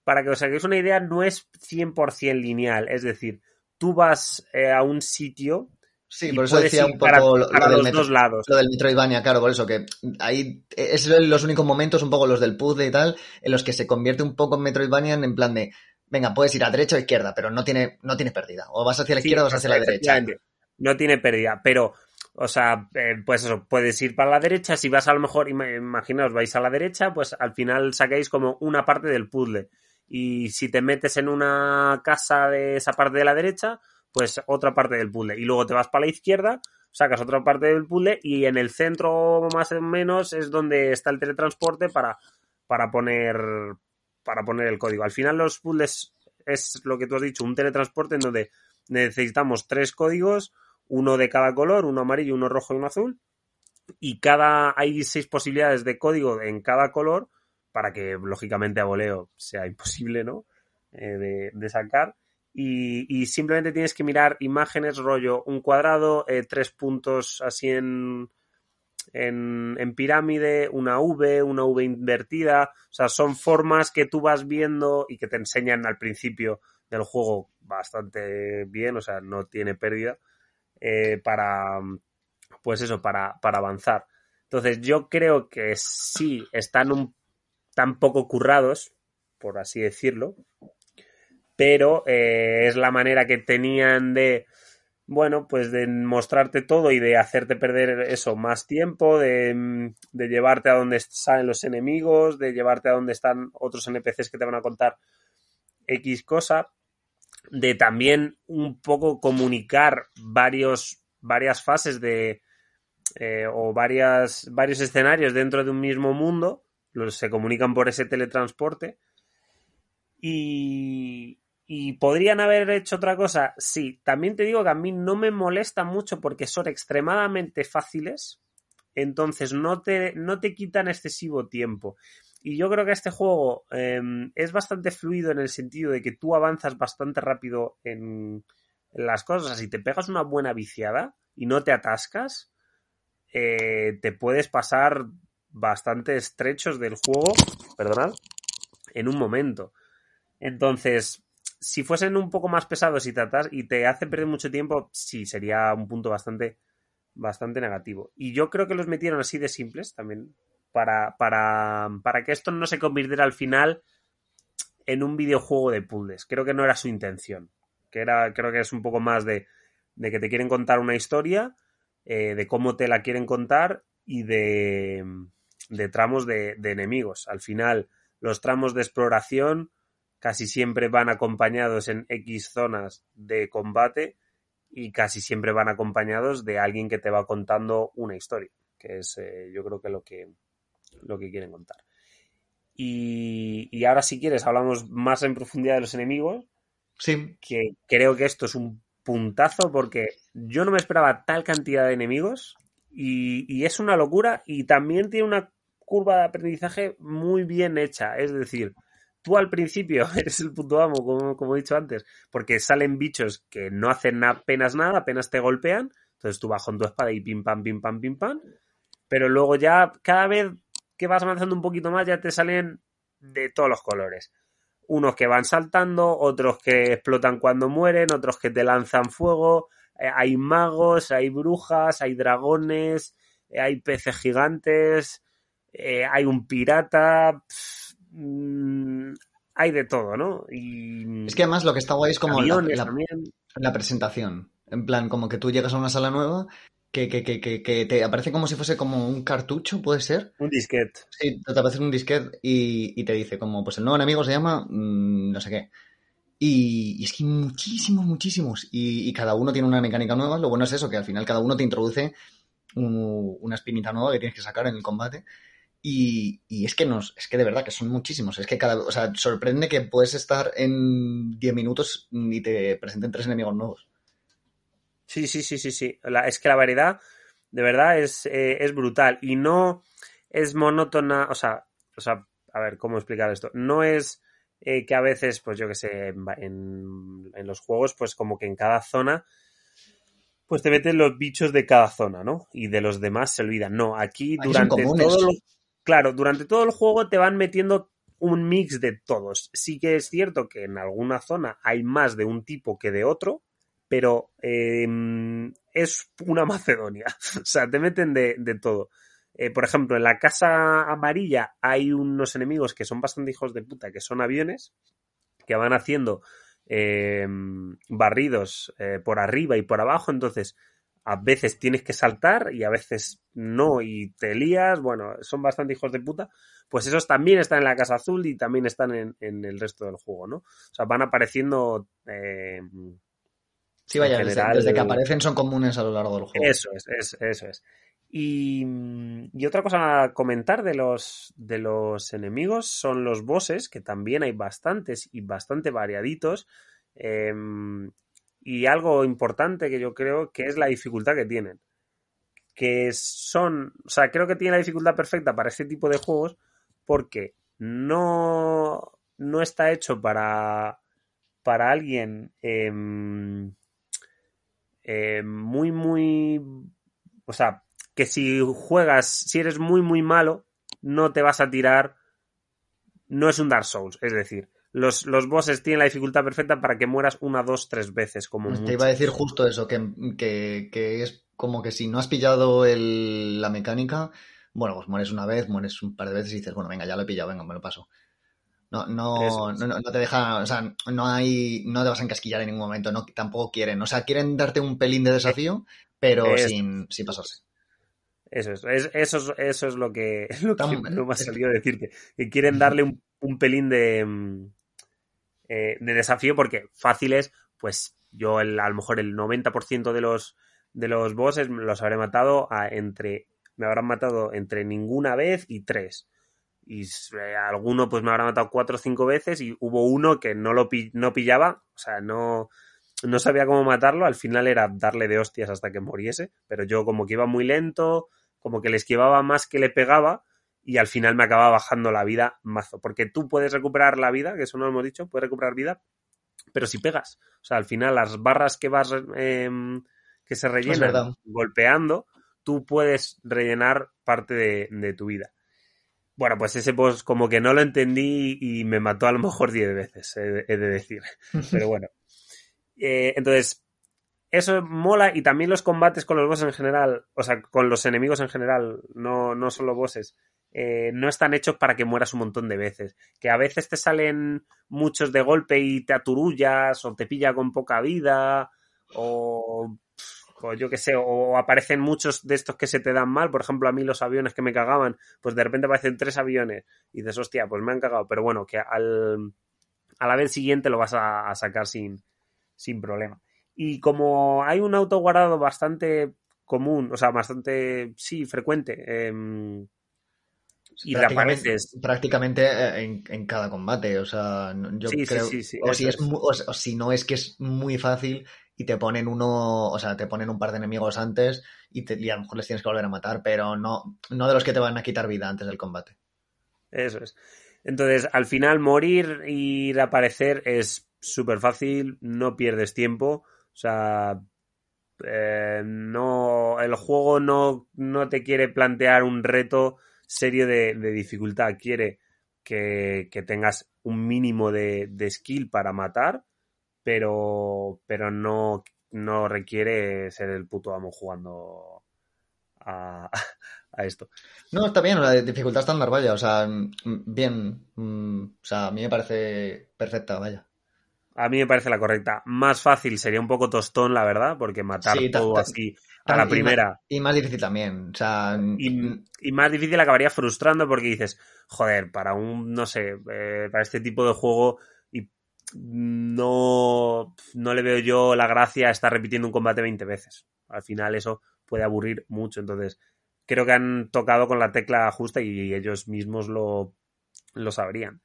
para que os hagáis una idea, no es cien por ciento lineal. Es decir, tú vas eh, a un sitio Sí, y por eso puedes decía ir un para, poco lo, para lo del los metro, dos lados. lo del Metroidvania, claro, por eso que ahí es los únicos momentos, un poco los del puzzle y tal, en los que se convierte un poco en Metroidvania en plan de, venga, puedes ir a derecha o izquierda, pero no tiene, no tiene pérdida. O vas hacia la Sí, izquierda o vas pues, hacia la derecha. efectivamente. No tiene pérdida, pero, o sea, eh, pues eso, puedes ir para la derecha. Si vas a lo mejor, imaginaos, vais a la derecha, pues al final sacáis como una parte del puzzle. Y si te metes en una casa de esa parte de la derecha, pues otra parte del puzzle. Y luego te vas para la izquierda, sacas otra parte del puzzle y en el centro más o menos es donde está el teletransporte para, para poner para poner el código. Al final los puzzles es lo que tú has dicho, un teletransporte en donde necesitamos tres códigos, uno de cada color, uno amarillo, uno rojo y uno azul, y cada hay seis posibilidades de código en cada color para que lógicamente a voleo sea imposible, ¿no? Eh, de, de sacar. Y, y simplemente tienes que mirar imágenes, rollo, un cuadrado, eh, tres puntos así en, en, en pirámide, una V, una V invertida. O sea, son formas que tú vas viendo y que te enseñan al principio del juego bastante bien, o sea, no tiene pérdida, eh, para, pues eso, para, para avanzar. Entonces, yo creo que sí están un, tan poco currados, por así decirlo, pero eh, es la manera que tenían de, bueno, pues de mostrarte todo y de hacerte perder eso, más tiempo, de, de llevarte a donde salen los enemigos, de llevarte a donde están otros N P Cs que te van a contar X cosa, de también un poco comunicar varios, varias fases de eh, o varias, varios escenarios dentro de un mismo mundo, los se comunican por ese teletransporte y, y podrían haber hecho otra cosa, sí. También te digo que a mí no me molesta mucho porque son extremadamente fáciles, entonces no te, no te quitan excesivo tiempo. Y yo creo que este juego eh, es bastante fluido en el sentido de que tú avanzas bastante rápido en, en las cosas. Si te pegas una buena viciada y no te atascas, eh, te puedes pasar bastantes trechos del juego, perdonad, en un momento. Entonces, si fuesen un poco más pesados y te, atas y te hace perder mucho tiempo, sí, sería un punto bastante, bastante negativo. Y yo creo que los metieron así de simples también, para, para, para que esto no se convirtiera al final en un videojuego de puzzles. Creo que no era su intención. Que era, creo que es un poco más de, de que te quieren contar una historia, eh, de cómo te la quieren contar y de, de tramos de, de enemigos. Al final, los tramos de exploración casi siempre van acompañados en X zonas de combate y casi siempre van acompañados de alguien que te va contando una historia, que es eh, yo creo que lo que lo que quieren contar. Y, y ahora si quieres hablamos más en profundidad de los enemigos, Sí. que creo que esto es un puntazo porque yo no me esperaba tal cantidad de enemigos y, y es una locura y también tiene una curva de aprendizaje muy bien hecha, es decir, tú al principio eres el puto amo, como, como he dicho antes, porque salen bichos que no hacen apenas nada, apenas te golpean, entonces tú vas con tu espada y pim pam, pim pam, pim pam, pero luego ya cada vez que vas avanzando un poquito más ya te salen de todos los colores. Unos que van saltando, otros que explotan cuando mueren, otros que te lanzan fuego, eh, hay magos, hay brujas, hay dragones, eh, hay peces gigantes, eh, hay un pirata, pff, mmm, hay de todo, ¿no? Y Es que además lo que está guay es como la, aviones la, también. la presentación. En plan, como que tú llegas a una sala nueva que, que, que, que, que te aparece como si fuese como un cartucho, ¿puede ser? Un disquete. Sí, te aparece un disquete y, y te dice como, pues el nuevo enemigo se llama mmm, no sé qué. Y, y es que hay muchísimos, muchísimos. Y, y cada uno tiene una mecánica nueva. Lo bueno es eso, que al final cada uno te introduce un, una espinita nueva que tienes que sacar en el combate. Y, y es que nos, es que de verdad que son muchísimos. Es que cada, o sea, sorprende que puedes estar en diez minutos y te presenten tres enemigos nuevos. Sí, sí, sí, sí, sí. La, es que la variedad, de verdad, es, eh, es brutal. Y no es monótona, o sea, o sea, a ver, ¿cómo explicar esto? No es eh, que a veces, pues yo que sé, en, en, en los juegos, pues como que en cada zona, pues te meten los bichos de cada zona, ¿no? Y de los demás se olvidan. No, aquí Aquí son durante todo comunes. lo, claro, durante todo el juego te van metiendo un mix de todos. Sí que es cierto que en alguna zona hay más de un tipo que de otro, pero eh, es una Macedonia. O sea, te meten de, de todo. Eh, por ejemplo, en la casa amarilla hay unos enemigos que son bastante hijos de puta, que son aviones, que van haciendo eh, barridos eh, por arriba y por abajo, entonces a veces tienes que saltar y a veces no y te lías, bueno, son bastante hijos de puta, pues esos también están en la casa azul y también están en, en el resto del juego, ¿no? O sea, van apareciendo eh, Sí, en vaya, desde, general... desde que aparecen son comunes a lo largo del juego. Eso es, es eso es. Y, y otra cosa a comentar de los, de los enemigos son los bosses, que también hay bastantes y bastante variaditos. Eh, y algo importante que yo creo que es la dificultad que tienen. Que son, o sea, creo que tiene la dificultad perfecta para este tipo de juegos porque no, no está hecho para, para alguien eh, eh, muy, muy... O sea, que si juegas, si eres muy, muy malo, no te vas a tirar. No es un Dark Souls, es decir, los, los bosses tienen la dificultad perfecta para que mueras una, dos, tres veces, como Te iba a mucho. decir justo eso, que, que, que es como que si no has pillado el, la mecánica, bueno, pues mueres una vez, mueres un par de veces y dices, bueno, venga, ya lo he pillado, venga, me lo paso. No, Eso no, es. no, no te deja, o sea, no hay, no te vas a encasquillar en ningún momento, no, tampoco quieren, o sea, quieren darte un pelín de desafío, pero Eso, sin, sin pasarse. eso es, es- eso es, eso es lo que, lo que Tan- no me ha es que- salido a decirte. Que quieren darle un, un pelín de, mm, eh, de desafío porque fáciles, pues yo el, a lo mejor el noventa por ciento de los, de los bosses los habré matado a entre, me habrán matado entre ninguna vez y tres. Y eh, alguno pues me habrá matado cuatro o cinco veces y hubo uno que no lo pi no pillaba, o sea, no, no sabía cómo matarlo, al final era darle de hostias hasta que muriese, pero yo como que iba muy lento, como que le esquivaba más que le pegaba y al final me acababa bajando la vida mazo, porque tú puedes recuperar la vida, que eso no lo hemos dicho, puedes recuperar vida, pero si pegas, o sea, al final las barras que vas eh, que se es rellenan verdad. golpeando, tú puedes rellenar parte de, de tu vida. Bueno, pues ese boss como que no lo entendí y me mató a lo mejor diez veces, he, he de decir. Pero bueno. Eh, entonces, eso mola y también los combates con los bosses en general, o sea, con los enemigos en general, no, no solo bosses, eh, no están hechos para que mueras un montón de veces. Que a veces te salen muchos de golpe y te aturullas o te pilla con poca vida o... o yo qué sé, o aparecen muchos de estos que se te dan mal, por ejemplo, a mí los aviones que me cagaban, pues de repente aparecen tres aviones y dices, hostia, pues me han cagado, pero bueno, que al, a la vez siguiente lo vas a, a sacar sin, sin problema. Y como hay un autoguardado bastante común, o sea, bastante, sí, frecuente, eh, y Prácticamente, reapareces. prácticamente eh, en, en cada combate, o sea, no- yo Sí, sí, creo, sí, sí, o si eso es, es. mu- o, o si no es que es muy fácil y te ponen uno, o sea, te ponen un par de enemigos antes y, te, y a lo mejor les tienes que volver a matar, pero no, no de los que te van a quitar vida antes del combate. Eso es. Entonces, al final, morir y reaparecer es súper fácil, no pierdes tiempo. O sea, eh, no, el juego no, no te quiere plantear un reto serio de, de dificultad. Quiere que, que tengas un mínimo de, de skill para matar, pero, pero no, no requiere ser el puto amo jugando a, a esto. No, está bien, la dificultad estándar, vaya, o sea, mm, bien, mm, o sea, a mí me parece perfecta, vaya. A mí me parece la correcta. Más fácil sería un poco tostón, la verdad, porque matar Sí, ta- todo ta- así a tam- la y, ma- primera y más difícil también, o sea, mm, y, mm, y más difícil acabaría frustrando porque dices, joder, para un, no sé, eh, para este tipo de juego y no, no le veo yo la gracia a estar repitiendo un combate veinte veces. Al final eso puede aburrir mucho, entonces creo que han tocado con la tecla justa y ellos mismos lo, lo sabrían.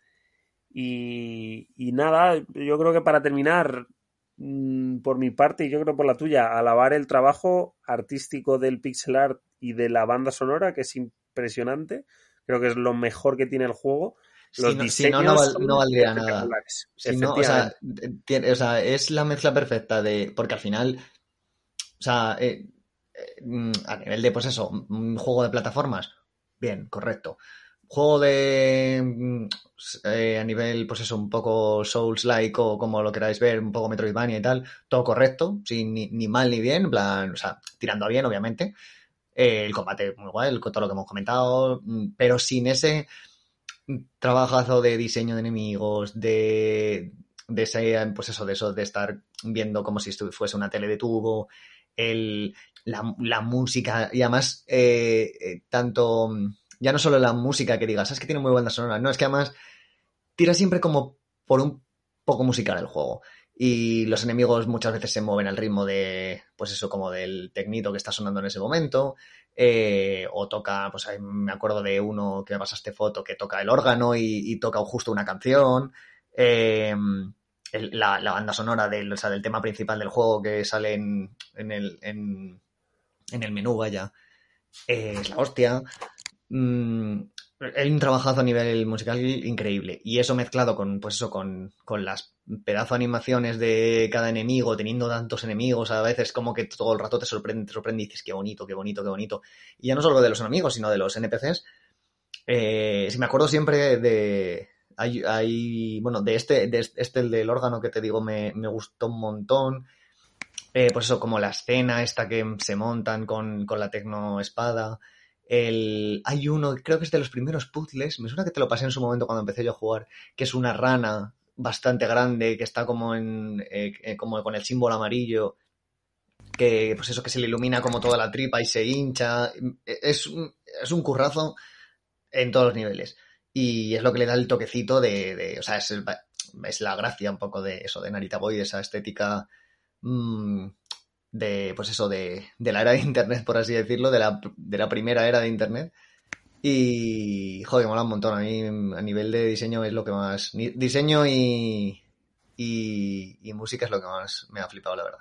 Y, y nada, yo creo que para terminar, mmm, por mi parte y yo creo por la tuya, alabar el trabajo artístico del pixel art y de la banda sonora, que es impresionante. Creo que es lo mejor que tiene el juego. si Los no, si no, no, diseños val- no son valdría nada. espectaculares, Si no, o sea, efectivamente. tiene- o sea, es la mezcla perfecta de, porque al final, o sea, eh, eh, mm, a nivel de, pues eso, un juego de plataformas, bien, correcto. juego de... Eh, a nivel, pues eso, un poco Souls-like o como lo queráis ver, un poco Metroidvania y tal, todo correcto, sin ni, ni mal ni bien, en plan, o sea, tirando a bien, obviamente. Eh, el combate muy guay, todo lo que hemos comentado, pero sin ese trabajazo de diseño de enemigos, de, de ese, pues eso, de eso, de estar viendo como si fuese una tele de tubo, el, la, la música, y además, eh, eh, tanto, ya no solo la música que digas, es que tiene muy buena sonora, no, es que además tira siempre como por un poco musical el juego. Y los enemigos muchas veces se mueven al ritmo de, pues eso, como del tecnito que está sonando en ese momento. Eh, o toca, pues me acuerdo de uno que me pasaste foto que toca el órgano y, y toca justo una canción. Eh, el, la, la banda sonora del, o sea, del tema principal del juego que sale en, en, el, en, en el menú, vaya. Eh, es la hostia. Mm, hay un trabajazo a nivel musical increíble. Y eso mezclado con, pues eso, con, con las pedazo animaciones de cada enemigo, teniendo tantos enemigos, a veces como que todo el rato te sorprende, te sorprende y dices qué bonito, qué bonito, qué bonito. Y ya no solo de los enemigos, sino de los N P Cs. Eh, si me acuerdo siempre de... Hay, hay bueno, de este, de este, el del órgano que te digo, me, me gustó un montón. Eh, pues eso, como la escena esta que se montan con, con la tecno espada. El, hay uno, creo que es de los primeros puzzles, me suena que te lo pasé en su momento cuando empecé yo a jugar, que es una rana bastante grande que está como en eh, como con el símbolo amarillo, que pues eso, que se le ilumina como toda la tripa y se hincha. Es un, es un currazo en todos los niveles y es lo que le da el toquecito de, de o sea, es, el, es la gracia un poco de eso, de Narita Boy, de esa estética mmm, de, pues eso, de, de la era de Internet, por así decirlo, de la, de la primera era de Internet. Y, joder, mola un montón. A mí, a nivel de diseño, es lo que más... Diseño y, y, y música es lo que más me ha flipado, la verdad.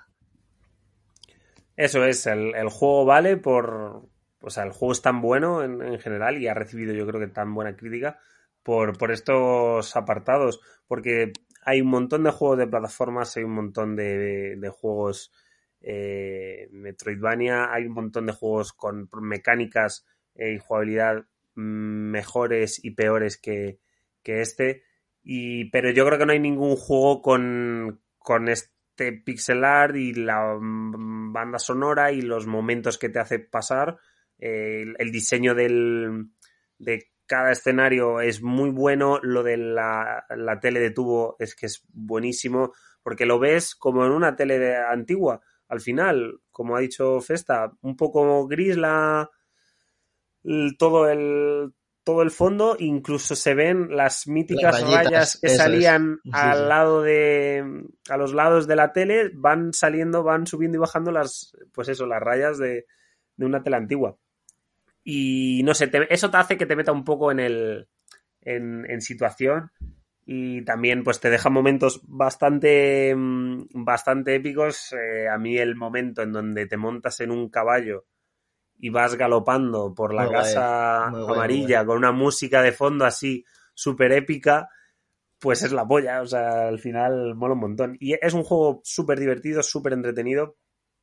Eso es, el, el juego vale por... O sea, el juego es tan bueno en, en general y ha recibido, yo creo que tan buena crítica por, por estos apartados. Porque hay un montón de juegos de plataformas, hay un montón de, de, de juegos... Eh, Metroidvania, hay un montón de juegos con mecánicas y jugabilidad mejores y peores que, que este, y, pero yo creo que no hay ningún juego con, con este pixel art y la banda sonora y los momentos que te hace pasar. Eh, el, el diseño del, de cada escenario es muy bueno, lo de la, la tele de tubo es que es buenísimo, porque lo ves como en una tele de, antigua. Al final, como ha dicho Festa, un poco gris la el, todo el todo el fondo, incluso se ven las míticas las rayas que salían es. Sí, al sí. lado de a los lados de la tele, van saliendo, van subiendo y bajando las, pues eso, las rayas de, de una tele antigua. Y no sé, te, eso te hace que te meta un poco en el en, en situación. Y también pues te deja momentos bastante bastante épicos. Eh, a mí el momento en donde te montas en un caballo y vas galopando por la Muy guay, casa muy guay, muy amarilla guay. con una música de fondo así súper épica, pues es la polla. O sea, al final mola un montón. Y es un juego súper divertido, súper entretenido,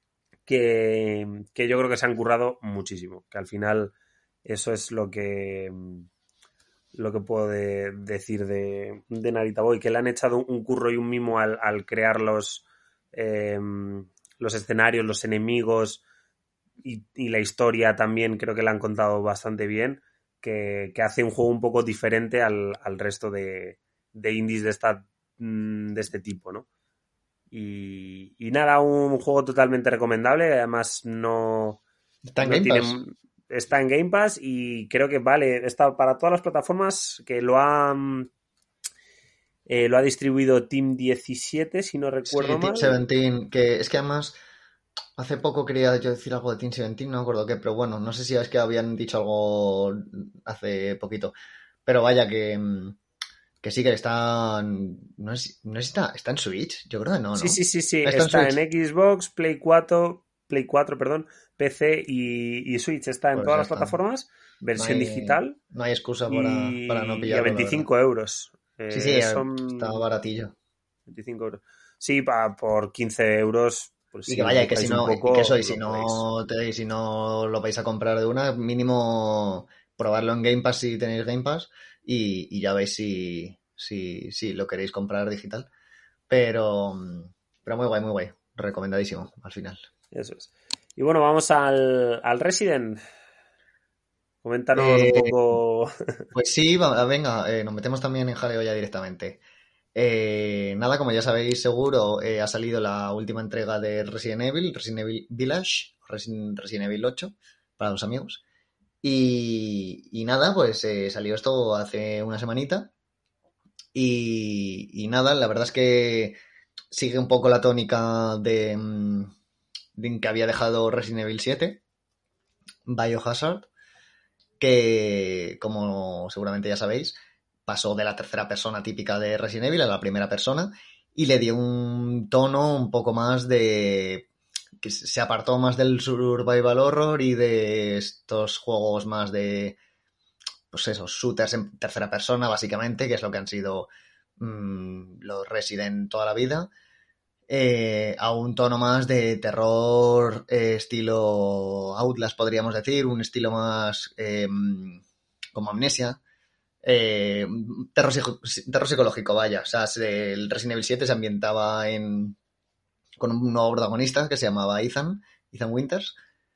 que, que yo creo que se han currado muchísimo. Que al final eso es lo que... lo que puedo de, decir de, de Narita Boy, que le han echado un curro y un mimo al, al crear los, eh, los escenarios, los enemigos y, y la historia también creo que la han contado bastante bien, que, que hace un juego un poco diferente al, al resto de, de indies de, esta, de este tipo, ¿no? Y, y nada, un juego totalmente recomendable, además no, Está en no Game tiene... Pass. Está en Game Pass y creo que vale, está para todas las plataformas que lo han eh, lo ha distribuido Team diecisiete, si no Sí, recuerdo Team mal. diecisiete, que es que además hace poco quería yo decir algo de Team diecisiete, no me acuerdo qué, pero bueno, no sé si es que habían dicho algo hace poquito. Pero vaya que, que sí que está. No es, no está, está en Switch, yo creo que no, Sí, ¿no? sí, sí, sí, Está en está en Switch. Xbox, Play cuatro, Play cuatro, perdón, P C y, y Switch, está en Pues todas ya las está. plataformas, No versión hay, digital no hay excusa para, para no y, y a pillarlo, la verdad. veinticinco euros. Sí, sí, Eh, está son baratillo. veinticinco euros. Sí, pa, por quince euros, pues Y si que os vaya, y que si buscáis un no, y que eso, poco, y si lo podéis. no te, y si no lo vais a comprar de una, mínimo probarlo en Game Pass si tenéis Game Pass y, y ya veis si, si, si lo queréis comprar digital. Pero, pero muy guay, muy guay. Recomendadísimo al final. Eso es. Y bueno, vamos al, al Resident. Coméntanos un Eh, poco. pues sí, va- venga, eh, nos metemos también en jaleo ya directamente. Eh, nada, como ya sabéis seguro, eh, ha salido la última entrega de Resident Evil, Resident Evil Village, Resident, Resident Evil ocho, para los amigos. Y, y nada, pues eh, salió esto hace una semanita. Y, y nada, la verdad es que sigue un poco la tónica de, mm, de que había dejado Resident Evil siete, Biohazard, que como seguramente ya sabéis, pasó de la tercera persona típica de Resident Evil a la primera persona y le dio un tono un poco más de... que se apartó más del survival horror y de estos juegos más de... pues eso, shooters en tercera persona básicamente, que es lo que han sido mmm, los Resident toda la vida. Eh, a un tono más de terror, eh, estilo Outlast, podríamos decir, un estilo más eh, como Amnesia. Eh, terror, terror psicológico, vaya. O sea, el Resident Evil siete se ambientaba en, con un nuevo protagonista que se llamaba Ethan, Ethan Winters,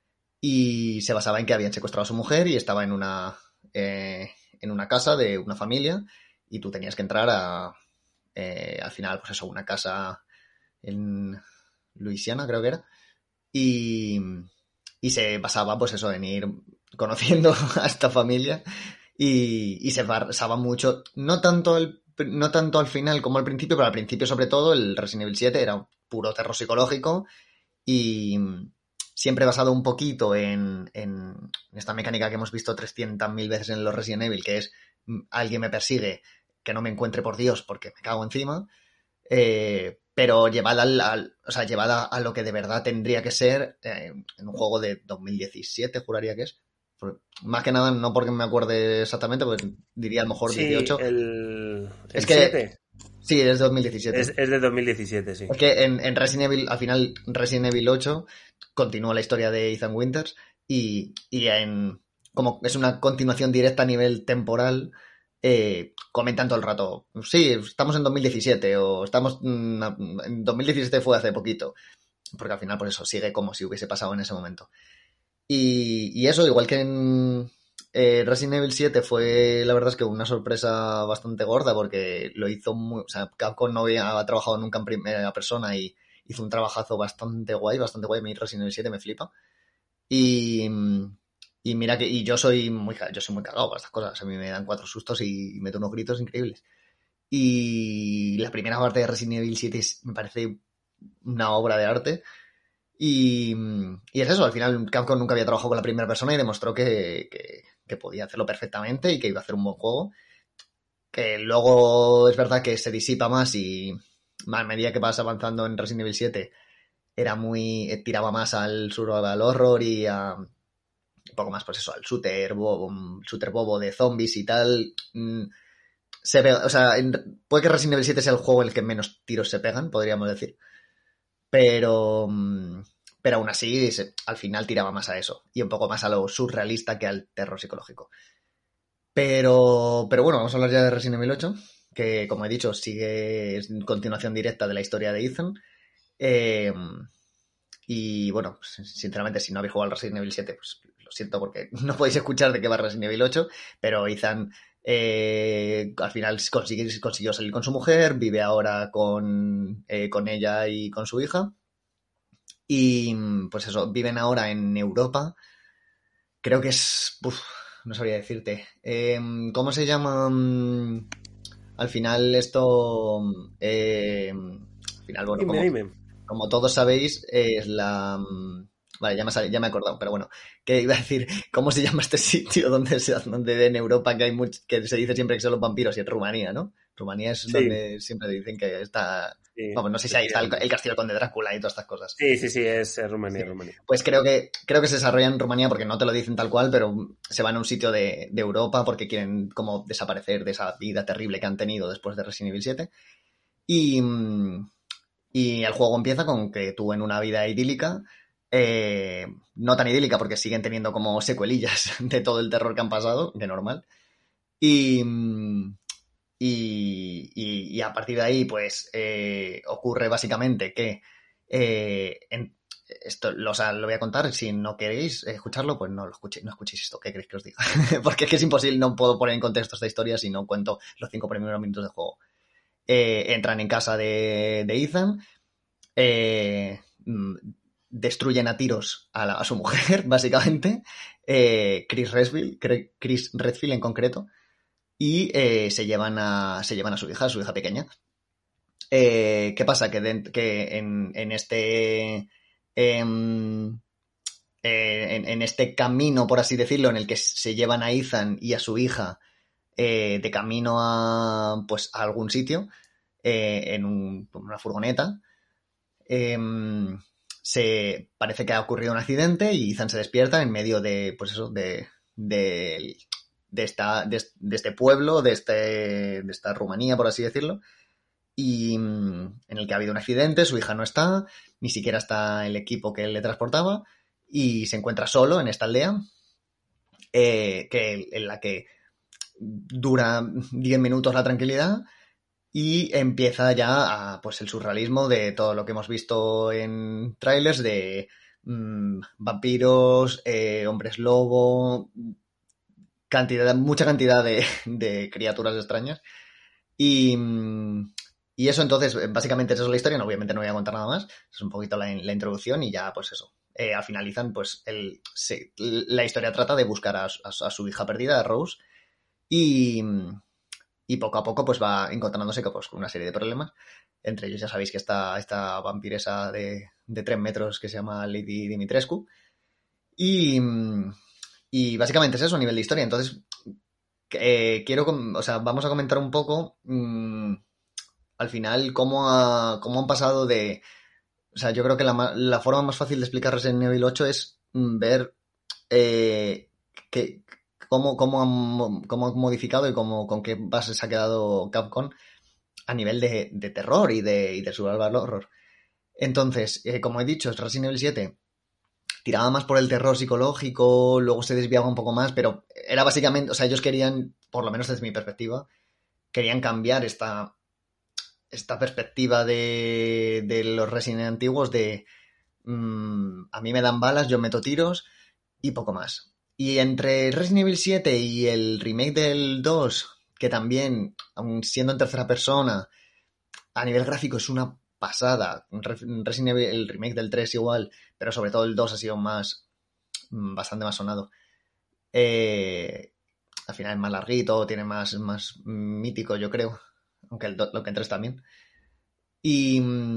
y se basaba en que habían secuestrado a su mujer y estaba en una, eh, en una casa de una familia y tú tenías que entrar a, eh, al final, pues eso, una casa en Luisiana, creo que era, y, y se basaba, pues eso, en ir conociendo a esta familia y, y se basaba mucho, no tanto, el, no tanto al final como al principio, pero al principio sobre todo el Resident Evil siete era puro terror psicológico y siempre basado un poquito en, en esta mecánica que hemos visto trescientas mil veces en los Resident Evil, que es alguien me persigue, que no me encuentre por Dios porque me cago encima. Eh, pero llevada, al, al, o sea, llevada a lo que de verdad tendría que ser eh, en un juego de dos mil diecisiete, juraría que es. Más que nada, no porque me acuerde exactamente, porque diría a lo mejor Sí, dieciocho. el, Es el que, siete sí, es dos mil diecisiete. es, es de dos mil diecisiete, sí. Es que en, en Resident Evil, al final, Resident Evil ocho continúa la historia de Ethan Winters y, y en, como es una continuación directa a nivel temporal, eh, comentan todo el rato, sí, estamos en dos mil diecisiete o estamos mm, en dos mil diecisiete fue hace poquito, porque al final pues eso sigue como si hubiese pasado en ese momento. Y, y eso, igual que en eh, Resident Evil siete fue la verdad es que una sorpresa bastante gorda porque lo hizo muy, o sea, Capcom no había trabajado nunca en primera persona y hizo un trabajazo bastante guay, bastante guay. A mí Resident Evil siete me flipa. Y, y mira que y yo soy muy yo soy muy cagado para estas cosas. A mí me dan cuatro sustos y meto unos gritos increíbles. Y la primera parte de Resident Evil siete es, me parece una obra de arte. Y, y es eso, al final Capcom nunca había trabajado con la primera persona y demostró que, que, que podía hacerlo perfectamente y que iba a hacer un buen juego. Que luego es verdad que se disipa más y a medida que vas avanzando en Resident Evil siete era muy tiraba más al survival horror y a un poco más pues eso, al shooter bobo, shooter bobo de zombies y tal. Se ve, o sea, en, puede que Resident Evil siete sea el juego en el que menos tiros se pegan, podríamos decir. Pero pero aún así se, al final tiraba más a eso y un poco más a lo surrealista que al terror psicológico. Pero, pero bueno, vamos a hablar ya de Resident Evil ocho, que como he dicho sigue en continuación directa de la historia de Ethan. Eh, y bueno, sinceramente si no habéis jugado al Resident Evil siete, pues lo siento porque no podéis escuchar de qué va Resident Evil ocho, pero Ethan eh, al final consiguió, consiguió salir con su mujer, vive ahora con, eh, con ella y con su hija. Y pues eso, viven ahora en Europa. Creo que es... Uf, no sabría decirte. Eh, ¿Cómo se llama? Al final esto... Eh, al final, bueno, Dime, como, dime. como todos sabéis, es la... Vale, ya me, sale, ya me he acordado, pero bueno, que iba a decir, ¿cómo se llama este sitio donde, se, donde en Europa que hay much, que se dice siempre que son los vampiros? Y es Rumanía, ¿no? Rumanía es Sí, donde siempre dicen que está... sí, Vamos, no sé si ahí está el, el castillo del Conde Drácula y todas estas cosas. sí, sí, sí, es, es Sí. Rumanía, Rumanía. Pues creo que, creo que se desarrolla en Rumanía porque no te lo dicen tal cual, pero se van a un sitio de, de Europa porque quieren como desaparecer de esa vida terrible que han tenido después de Resident Evil siete. Y, y el juego empieza con que tú en una vida idílica Eh, no tan idílica porque siguen teniendo como secuelillas de todo el terror que han pasado, de normal. Y, y, y, y a partir de ahí, pues, eh, ocurre básicamente que eh, en, esto lo, o sea, lo voy a contar. Si no queréis escucharlo, pues no lo escuchéis, no escuchéis esto. ¿Qué queréis que os diga? Porque es que es imposible, no puedo poner en contexto esta historia si no cuento los cinco primeros minutos de juego. Eh, entran en casa de, de Ethan, eh, destruyen a tiros a, la, a su mujer, básicamente, eh, Chris Redfield, Chris Redfield en concreto, y eh, se, llevan a, se llevan a su hija, a su hija pequeña. Eh, ¿Qué pasa? Que, de, que en, en este... En, en, en este camino, por así decirlo, en el que se llevan a Ethan y a su hija eh, de camino a, pues, a algún sitio, eh, en un, una furgoneta, eh, se parece que ha ocurrido un accidente y Ethan se despierta en medio de, pues eso, de, de, de, esta, de, de este pueblo, de, este, de esta Rumanía, por así decirlo, y en el que ha habido un accidente, su hija no está, ni siquiera está el equipo que le transportaba, y se encuentra solo en esta aldea, eh, que, en la que dura diez minutos la tranquilidad y empieza ya a, pues, el surrealismo de todo lo que hemos visto en trailers de mmm, vampiros, eh, hombres lobo, cantidad, mucha cantidad de, de criaturas extrañas. Y, y eso, entonces, básicamente esa es la historia. No, obviamente no voy a contar nada más. Es un poquito la, la introducción y ya, pues eso. Eh, al finalizan, pues el, se, la historia trata de buscar a, a, a su hija perdida, a Rose, y, y poco a poco pues va encontrándose pues, con una serie de problemas. Entre ellos ya sabéis que está esta vampiresa de, de tres metros que se llama Lady Dimitrescu. Y, y básicamente es eso a nivel de historia. Entonces, eh, quiero, o sea, vamos a comentar un poco mmm, al final cómo, ha, cómo han pasado de... O sea, yo creo que la, la forma más fácil de explicar Resident Evil ocho es ver eh, que, cómo, cómo, han, cómo han modificado y cómo, con qué bases ha quedado Capcom a nivel de, de terror y de, y de survival horror. Entonces, eh, como he dicho, Resident Evil siete tiraba más por el terror psicológico, luego se desviaba un poco más, pero era básicamente, o sea, ellos querían, por lo menos desde mi perspectiva, querían cambiar esta... esta perspectiva de, de los Resident antiguos de mmm, a mí me dan balas, yo meto tiros y poco más. Y entre Resident Evil siete y el remake del dos, que también, aun siendo en tercera persona, a nivel gráfico es una pasada. Resident Evil, el remake del tres igual, pero sobre todo el dos ha sido más bastante más sonado. Eh, al final es más larguito, tiene más, más mítico, yo creo. Aunque el, lo que en tres también. Y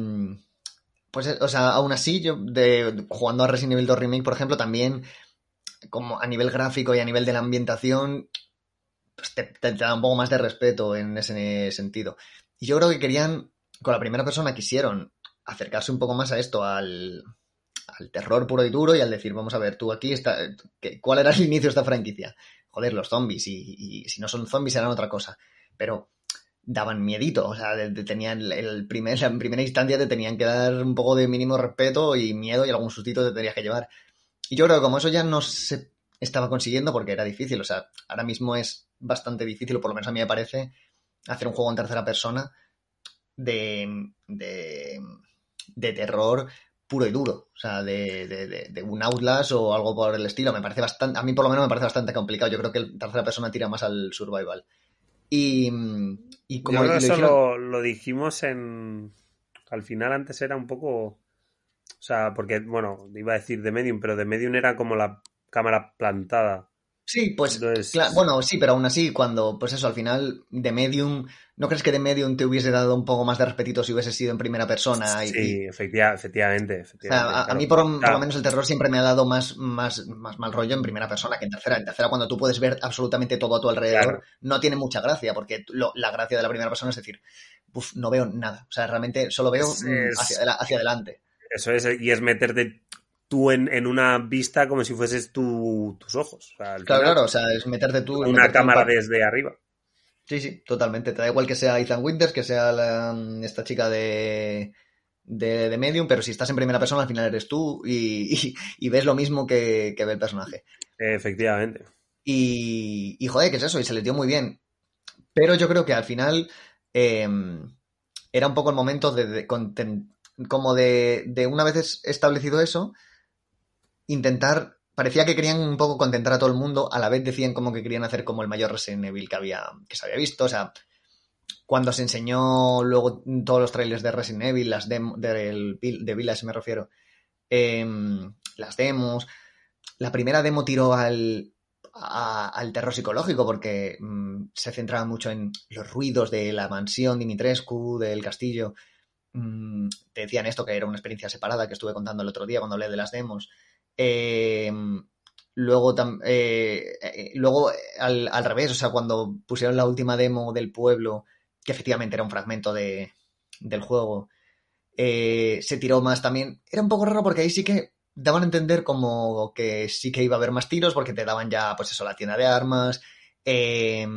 pues, o sea, aún así, yo de, jugando a Resident Evil dos Remake, por ejemplo, también como a nivel gráfico y a nivel de la ambientación, pues te, te, te da un poco más de respeto en ese sentido. Y yo creo que querían, con la primera persona quisieron acercarse un poco más a esto, al, al terror puro y duro, y al decir, vamos a ver, tú aquí, está, ¿cuál era el inicio de esta franquicia? Joder, los zombies, y, y si no son zombies serán otra cosa. Pero daban miedito, o sea, te tenían el primer, en primera instancia te tenían que dar un poco de mínimo respeto y miedo y algún sustito te tenías que llevar. Y yo creo que como eso ya no se estaba consiguiendo porque era difícil, o sea, ahora mismo es bastante difícil, o por lo menos a mí me parece, hacer un juego en tercera persona de, de, de terror puro y duro, o sea, de, de, de, de un Outlast o algo por el estilo. Me parece bastante, a mí por lo menos me parece bastante complicado. Yo creo que el tercera persona tira más al survival. Y, y como yo creo que lo eso hicieron... lo, lo dijimos en... Al final antes era un poco... O sea, porque, bueno, iba a decir de Medium, pero de Medium era como la cámara plantada. Sí, pues, Entonces... claro, bueno, sí, pero aún así, cuando, pues eso, al final, de Medium, ¿no crees que de Medium te hubiese dado un poco más de respetito si hubiese sido en primera persona? Y, Sí, y... efectiva, efectivamente, O sea, efectivamente. a, Claro. a mí por, O sea, por lo menos el terror siempre me ha dado más, más, más mal rollo en primera persona que en tercera. En tercera, cuando tú puedes ver absolutamente todo a tu alrededor, claro. no tiene mucha gracia, porque lo, la gracia de la primera persona es decir, uf, no veo nada. O sea, realmente solo veo Es, mm, es, hacia, hacia adelante. eso es, y es meterte tú en, en una vista como si fueses tu, tus ojos. O sea, al Claro, final, claro, o sea, es meterte tú, es una meterte en el cámara papel. desde arriba. Sí, sí, totalmente. Te da igual que sea Ethan Winters, que sea la, esta chica de de, de medium, pero si estás en primera persona al final eres tú y, y, y ves lo mismo que, que ve el personaje. Efectivamente. Y, y joder, ¿qué es eso? Y se les dio muy bien. Pero yo creo que al final eh, era un poco el momento de, de content, como de, de una vez establecido eso, intentar, parecía que querían un poco contentar a todo el mundo, a la vez decían como que querían hacer como el mayor Resident Evil que había, que se había visto, o sea, cuando se enseñó luego todos los trailers de Resident Evil, las demos, del, de Village me refiero, eh, las demos, la primera demo tiró al, a, al terror psicológico porque mmm, se centraba mucho en los ruidos de la mansión Dimitrescu, del castillo. Mmm, te decían esto, que era una experiencia separada que estuve contando el otro día cuando hablé de las demos. Eh, luego, eh, eh, luego al, al revés, o sea, cuando pusieron la última demo del pueblo, que efectivamente era un fragmento de, del juego, eh, se tiró más también. Era un poco raro porque ahí sí que daban a entender como que sí que iba a haber más tiros porque te daban ya, pues eso, la tienda de armas, eh,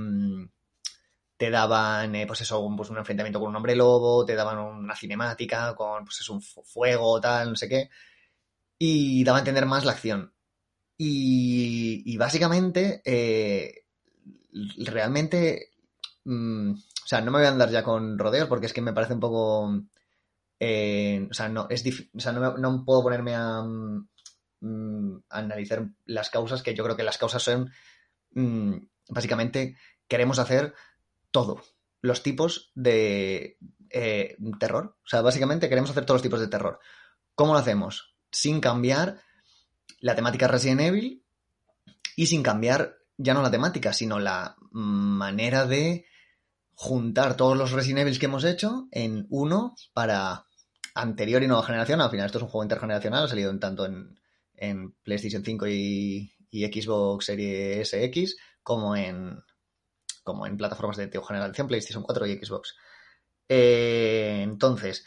te daban, eh, pues eso, un, pues un enfrentamiento con un hombre lobo, te daban una cinemática con, pues eso, un fuego, tal, no sé qué, y daba a entender más la acción. Y, y básicamente, eh, realmente, mmm, o sea, no me voy a andar ya con rodeos porque es que me parece un poco... Eh, o sea, no, es dif- o sea, no, me, no puedo ponerme a, mm, a analizar las causas, que yo creo que las causas son, mm, básicamente, queremos hacer todo, los tipos de eh, terror. O sea, básicamente queremos hacer todos los tipos de terror. ¿Cómo lo hacemos? Sin cambiar la temática Resident Evil y sin cambiar ya no la temática, sino la manera de juntar todos los Resident Evil que hemos hecho en uno para anterior y nueva generación. Al final esto es un juego intergeneracional, ha salido en, tanto en, en PlayStation cinco y, y Xbox Series X como en, como en plataformas de antigua generación, PlayStation cuatro y Xbox. Eh, entonces,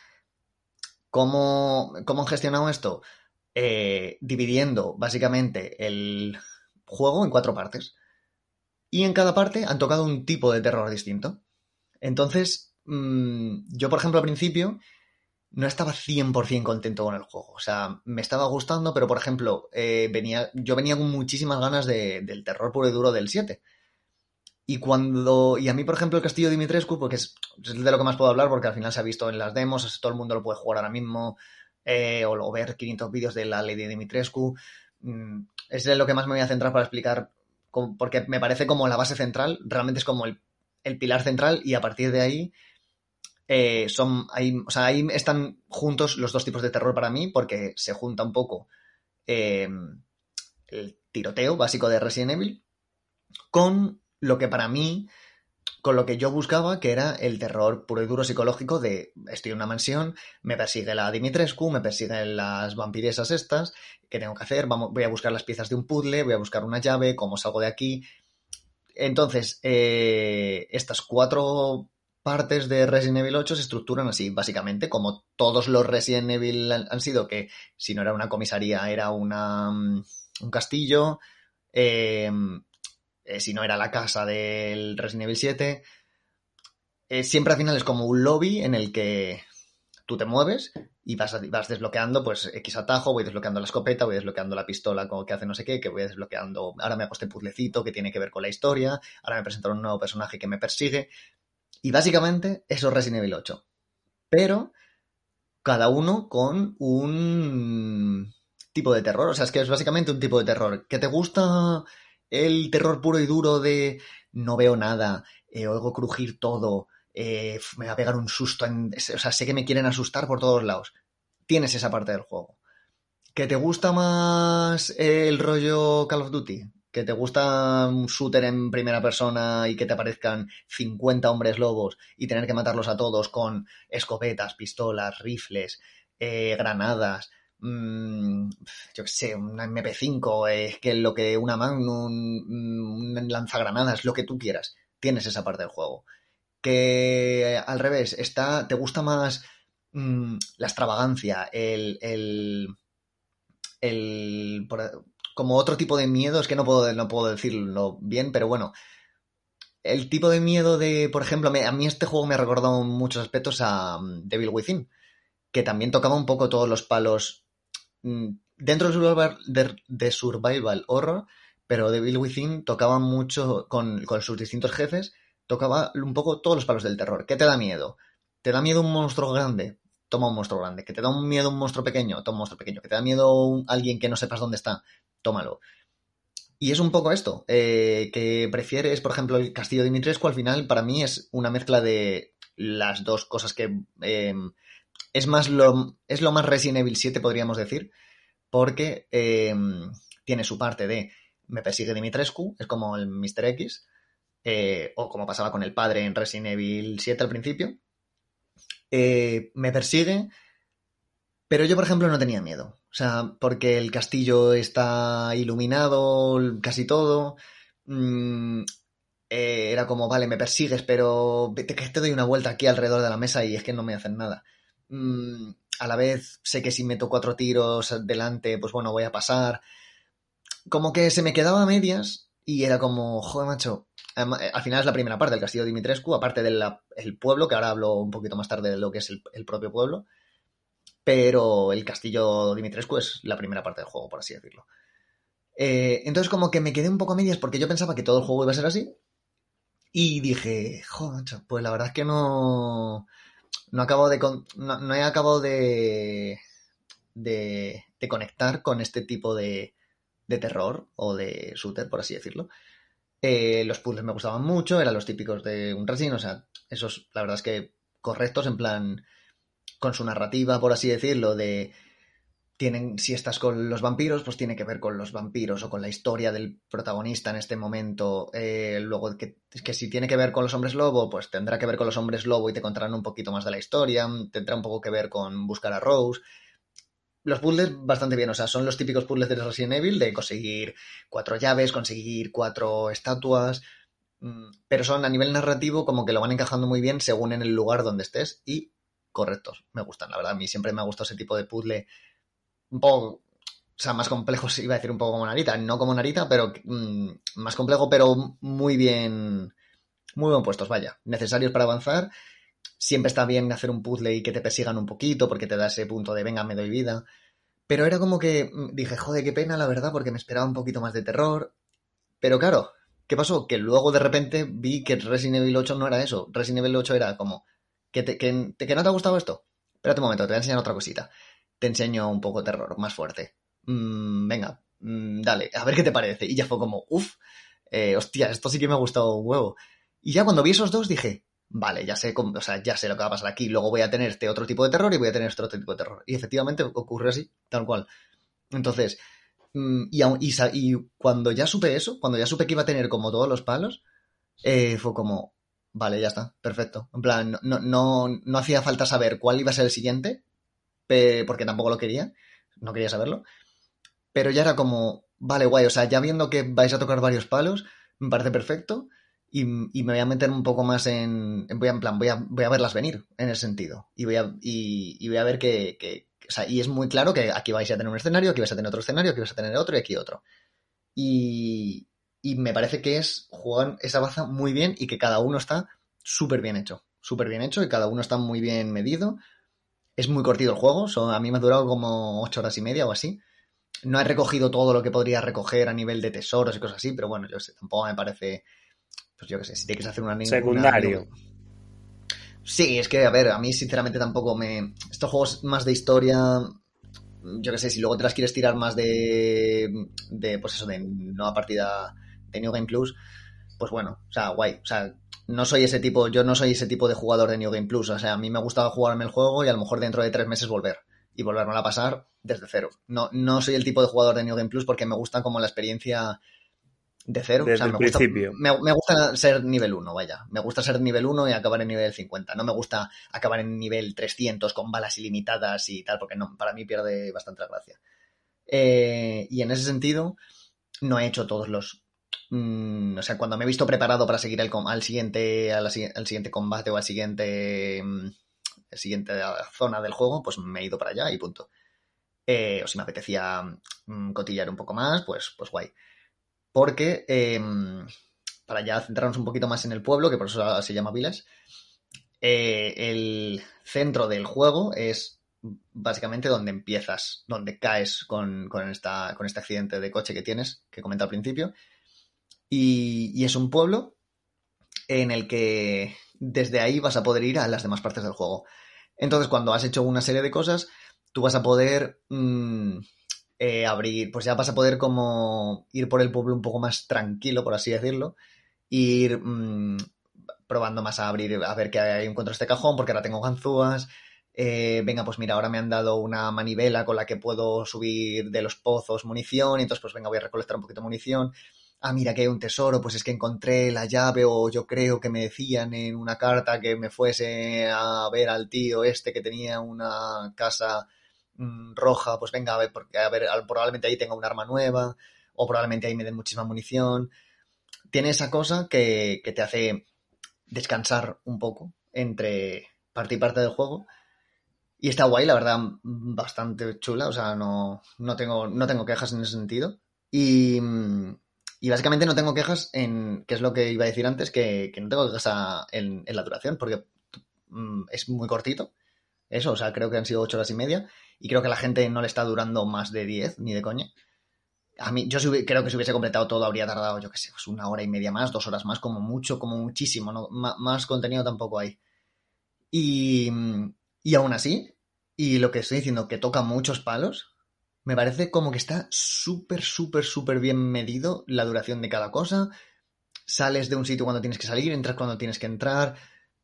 ¿cómo, ¿cómo han gestionado esto? Eh, dividiendo básicamente el juego en cuatro partes. Y en cada parte han tocado un tipo de terror distinto. Entonces, mmm, yo, por ejemplo, al principio no estaba cien por ciento contento con el juego. O sea, me estaba gustando, pero, por ejemplo, eh, venía, yo venía con muchísimas ganas de, del terror puro y duro del siete. Y cuando... Y a mí, por ejemplo, el Castillo de Dimitrescu, porque es, es de lo que más puedo hablar, porque al final se ha visto en las demos, todo el mundo lo puede jugar ahora mismo, eh, o, o ver quinientos vídeos de la Lady Dimitrescu. Mm, es de lo que más me voy a centrar para explicar, porque me parece como la base central, realmente es como el, el pilar central, y a partir de ahí... Eh, son ahí, o sea, ahí están juntos los dos tipos de terror para mí, porque se junta un poco eh, el tiroteo básico de Resident Evil con lo que para mí, con lo que yo buscaba, que era el terror puro y duro psicológico de estoy en una mansión, me persigue la Dimitrescu, me persiguen las vampiresas estas, ¿qué tengo que hacer? Vamos, voy a buscar las piezas de un puzzle, voy a buscar una llave, ¿cómo salgo de aquí? Entonces, eh, estas cuatro partes de Resident Evil ocho se estructuran así, básicamente, como todos los Resident Evil han, han sido, que si no era una comisaría, era una, un castillo, eh, eh, si no era la casa del Resident Evil siete, eh, siempre al final es como un lobby en el que tú te mueves y vas, vas desbloqueando pues X atajo, voy desbloqueando la escopeta, voy desbloqueando la pistola como que hace no sé qué, que voy desbloqueando, ahora me hago este puzzlecito que tiene que ver con la historia, ahora me presentan un nuevo personaje que me persigue, y básicamente eso es Resident Evil ocho, pero cada uno con un tipo de terror, o sea, es que es básicamente un tipo de terror. ¿Que te gusta el terror puro y duro de no veo nada, eh, oigo crujir todo, eh, me va a pegar un susto, en, o sea, sé que me quieren asustar por todos lados? Tienes esa parte del juego. ¿Que te gusta más el rollo Call of Duty? ¿Que te gusta un shooter en primera persona y que te aparezcan cincuenta hombres lobos y tener que matarlos a todos con escopetas, pistolas, rifles, eh, granadas, mmm, yo qué sé, una eme pe cinco, eh, que lo que una Magnum, un lanzagranadas, lo que tú quieras? Tienes esa parte del juego. Que al revés, está, te gusta más mmm, la extravagancia, el... el el como otro tipo de miedo, es que no puedo, no puedo decirlo bien, pero bueno, el tipo de miedo de, por ejemplo, me, a mí este juego me ha recordado en muchos aspectos a um, Devil Within, que también tocaba un poco todos los palos mmm, dentro de survival, de, de survival horror, pero Devil Within tocaba mucho con, con sus distintos jefes, tocaba un poco todos los palos del terror. ¿Qué te da miedo? ¿Te da miedo un monstruo grande? Toma un monstruo grande. ¿Que te da un miedo un monstruo pequeño? Toma un monstruo pequeño. ¿Que te da miedo un, alguien que no sepas dónde está? Tómalo. Y es un poco esto, eh, que prefieres, por ejemplo, el Castillo Dimitrescu, al final para mí es una mezcla de las dos cosas que eh, es más lo es lo más Resident Evil siete, podríamos decir, porque eh, tiene su parte de me persigue Dimitrescu, es como el míster X, eh, o como pasaba con el padre en Resident Evil siete al principio, eh, me persigue, pero yo, por ejemplo, no tenía miedo. O sea, porque el castillo está iluminado casi todo. Mmm, eh, era como, vale, me persigues, pero te, te doy una vuelta aquí alrededor de la mesa y es que no me hacen nada. Mmm, a la vez sé que si meto cuatro tiros delante, pues bueno, voy a pasar. Como que se me quedaba a medias y era como, joder, macho. Al final es la primera parte del Castillo Dimitrescu, aparte del pueblo, que ahora hablo un poquito más tarde de lo que es el, el propio pueblo. Pero el Castillo Dimitrescu es la primera parte del juego, por así decirlo. Eh, entonces como que me quedé un poco a medias porque yo pensaba que todo el juego iba a ser así. Y dije, joder, macho, pues la verdad es que no... No acabo de... No, no he acabado de, de... de conectar con este tipo de... de terror o de shooter, por así decirlo. Eh, los puzzles me gustaban mucho, eran los típicos de un Resident, o sea, esos, la verdad es que correctos, en plan... con su narrativa, por así decirlo, de tienen, si estás con los vampiros, pues tiene que ver con los vampiros o con la historia del protagonista en este momento. Eh, luego, que, que si tiene que ver con los hombres lobo, pues tendrá que ver con los hombres lobo y te contarán un poquito más de la historia. Tendrá un poco que ver con buscar a Rose. Los puzzles bastante bien, o sea, son los típicos puzzles de Resident Evil, de conseguir cuatro llaves, conseguir cuatro estatuas, pero son a nivel narrativo como que lo van encajando muy bien según en el lugar donde estés y correctos, me gustan, la verdad, a mí siempre me ha gustado ese tipo de puzzle un poco, o sea, más complejos, iba a decir un poco como Narita, no como Narita, pero mmm, más complejo, pero muy bien, muy bien puestos, vaya, necesarios para avanzar. Siempre está bien hacer un puzzle y que te persigan un poquito porque te da ese punto de venga, me doy vida. Pero era como que dije, joder, qué pena, la verdad, porque me esperaba un poquito más de terror. Pero claro, ¿qué pasó? Que luego de repente vi que Resident Evil ocho no era eso. Resident Evil ocho era como, ¿que, te, que, que no te ha gustado esto? Espérate un momento, te voy a enseñar otra cosita. Te enseño un poco de terror, más fuerte. Mm, venga, mm, dale, a ver qué te parece. Y ya fue como, uff, eh, hostia, esto sí que me ha gustado un huevo. Y ya cuando vi esos dos dije, vale, ya sé, cómo, o sea, ya sé lo que va a pasar aquí. Luego voy a tener este otro tipo de terror y voy a tener este otro tipo de terror. Y efectivamente ocurre así, tal cual. Entonces, mm, y, y, y cuando ya supe eso, cuando ya supe que iba a tener como todos los palos, eh, fue como, vale, ya está, perfecto. En plan, no, no, no hacía falta saber cuál iba a ser el siguiente, porque tampoco lo quería, no quería saberlo, pero ya era como, vale, guay, o sea, ya viendo que vais a tocar varios palos, me parece perfecto y, y me voy a meter un poco más en, en, voy a, en plan, voy a, voy a verlas venir en ese sentido y voy a, y, y voy a ver que, que, o sea, y es muy claro que aquí vais a tener un escenario, aquí vais a tener otro escenario, aquí vais a tener otro y aquí otro. Y, y me parece que es, juegan esa baza muy bien y que cada uno está súper bien hecho, súper bien hecho y cada uno está muy bien medido. Es muy cortito el juego, so, a mí me ha durado como ocho horas y media o así. No he recogido todo lo que podría recoger a nivel de tesoros y cosas así, pero bueno, yo sé, tampoco me parece, pues yo qué sé, si tienes que hacer una... Secundario. Una... Sí, es que, a ver, a mí sinceramente tampoco me... Estos juegos más de historia, yo qué sé, si luego te las quieres tirar más de, de pues eso, de nueva partida de New Game Plus, pues bueno, o sea, guay, o sea... No soy ese tipo, yo no soy ese tipo de jugador de New Game Plus, o sea, a mí me gustaba jugarme el juego y a lo mejor dentro de tres meses volver y volverme a pasar desde cero. No, no soy el tipo de jugador de New Game Plus porque me gusta como la experiencia de cero. Desde o sea, el me principio. Gusta, me, me gusta ser nivel uno, vaya. Me gusta ser nivel uno y acabar en nivel cincuenta. No me gusta acabar en nivel trescientos con balas ilimitadas y tal, porque no, para mí pierde bastante la gracia. Eh, y en ese sentido, no he hecho todos los... Mm, o sea, cuando me he visto preparado para seguir el, al, siguiente, al, al siguiente combate o al siguiente... Mm, el siguiente zona del juego, pues me he ido para allá y punto. Eh, o si me apetecía mm, cotillar un poco más, pues, pues guay. Porque, eh, para ya centrarnos un poquito más en el pueblo, que por eso se llama Village, eh, el centro del juego es básicamente donde empiezas, donde caes con, con, esta, con este accidente de coche que tienes, que comenté al principio. Y, y es un pueblo en el que desde ahí vas a poder ir a las demás partes del juego. Entonces, cuando has hecho una serie de cosas, tú vas a poder mmm, eh, abrir, pues ya vas a poder como ir por el pueblo un poco más tranquilo, por así decirlo, ir mmm, probando más a abrir, a ver qué encuentro este cajón, porque ahora tengo ganzúas. Eh, venga, pues mira, ahora me han dado una manivela con la que puedo subir de los pozos munición, y entonces pues venga, voy a recolectar un poquito de munición. Ah, mira, que hay un tesoro, pues es que encontré la llave, o yo creo que me decían en una carta que me fuese a ver al tío este que tenía una casa mmm, roja, pues venga, a ver, porque a ver, probablemente ahí tenga un arma nueva, o probablemente ahí me den muchísima munición. Tiene esa cosa que, que te hace descansar un poco entre parte y parte del juego. Y está guay, la verdad, bastante chula, o sea, no, no, tengo, no tengo quejas en ese sentido. Y, y básicamente no tengo quejas en, que es lo que iba a decir antes, que, que no tengo quejas a, en, en la duración, porque mm, es muy cortito, eso, o sea, creo que han sido ocho horas y media, y creo que a la gente no le está durando más de diez, ni de coña. A mí, yo si, creo que si hubiese completado todo habría tardado, yo qué sé, pues una hora y media más, dos horas más, como mucho, como muchísimo, ¿no? M- más contenido tampoco hay. Y, y aún así, y lo que estoy diciendo, que toca muchos palos, me parece como que está súper, súper, súper bien medido la duración de cada cosa. Sales de un sitio cuando tienes que salir, entras cuando tienes que entrar.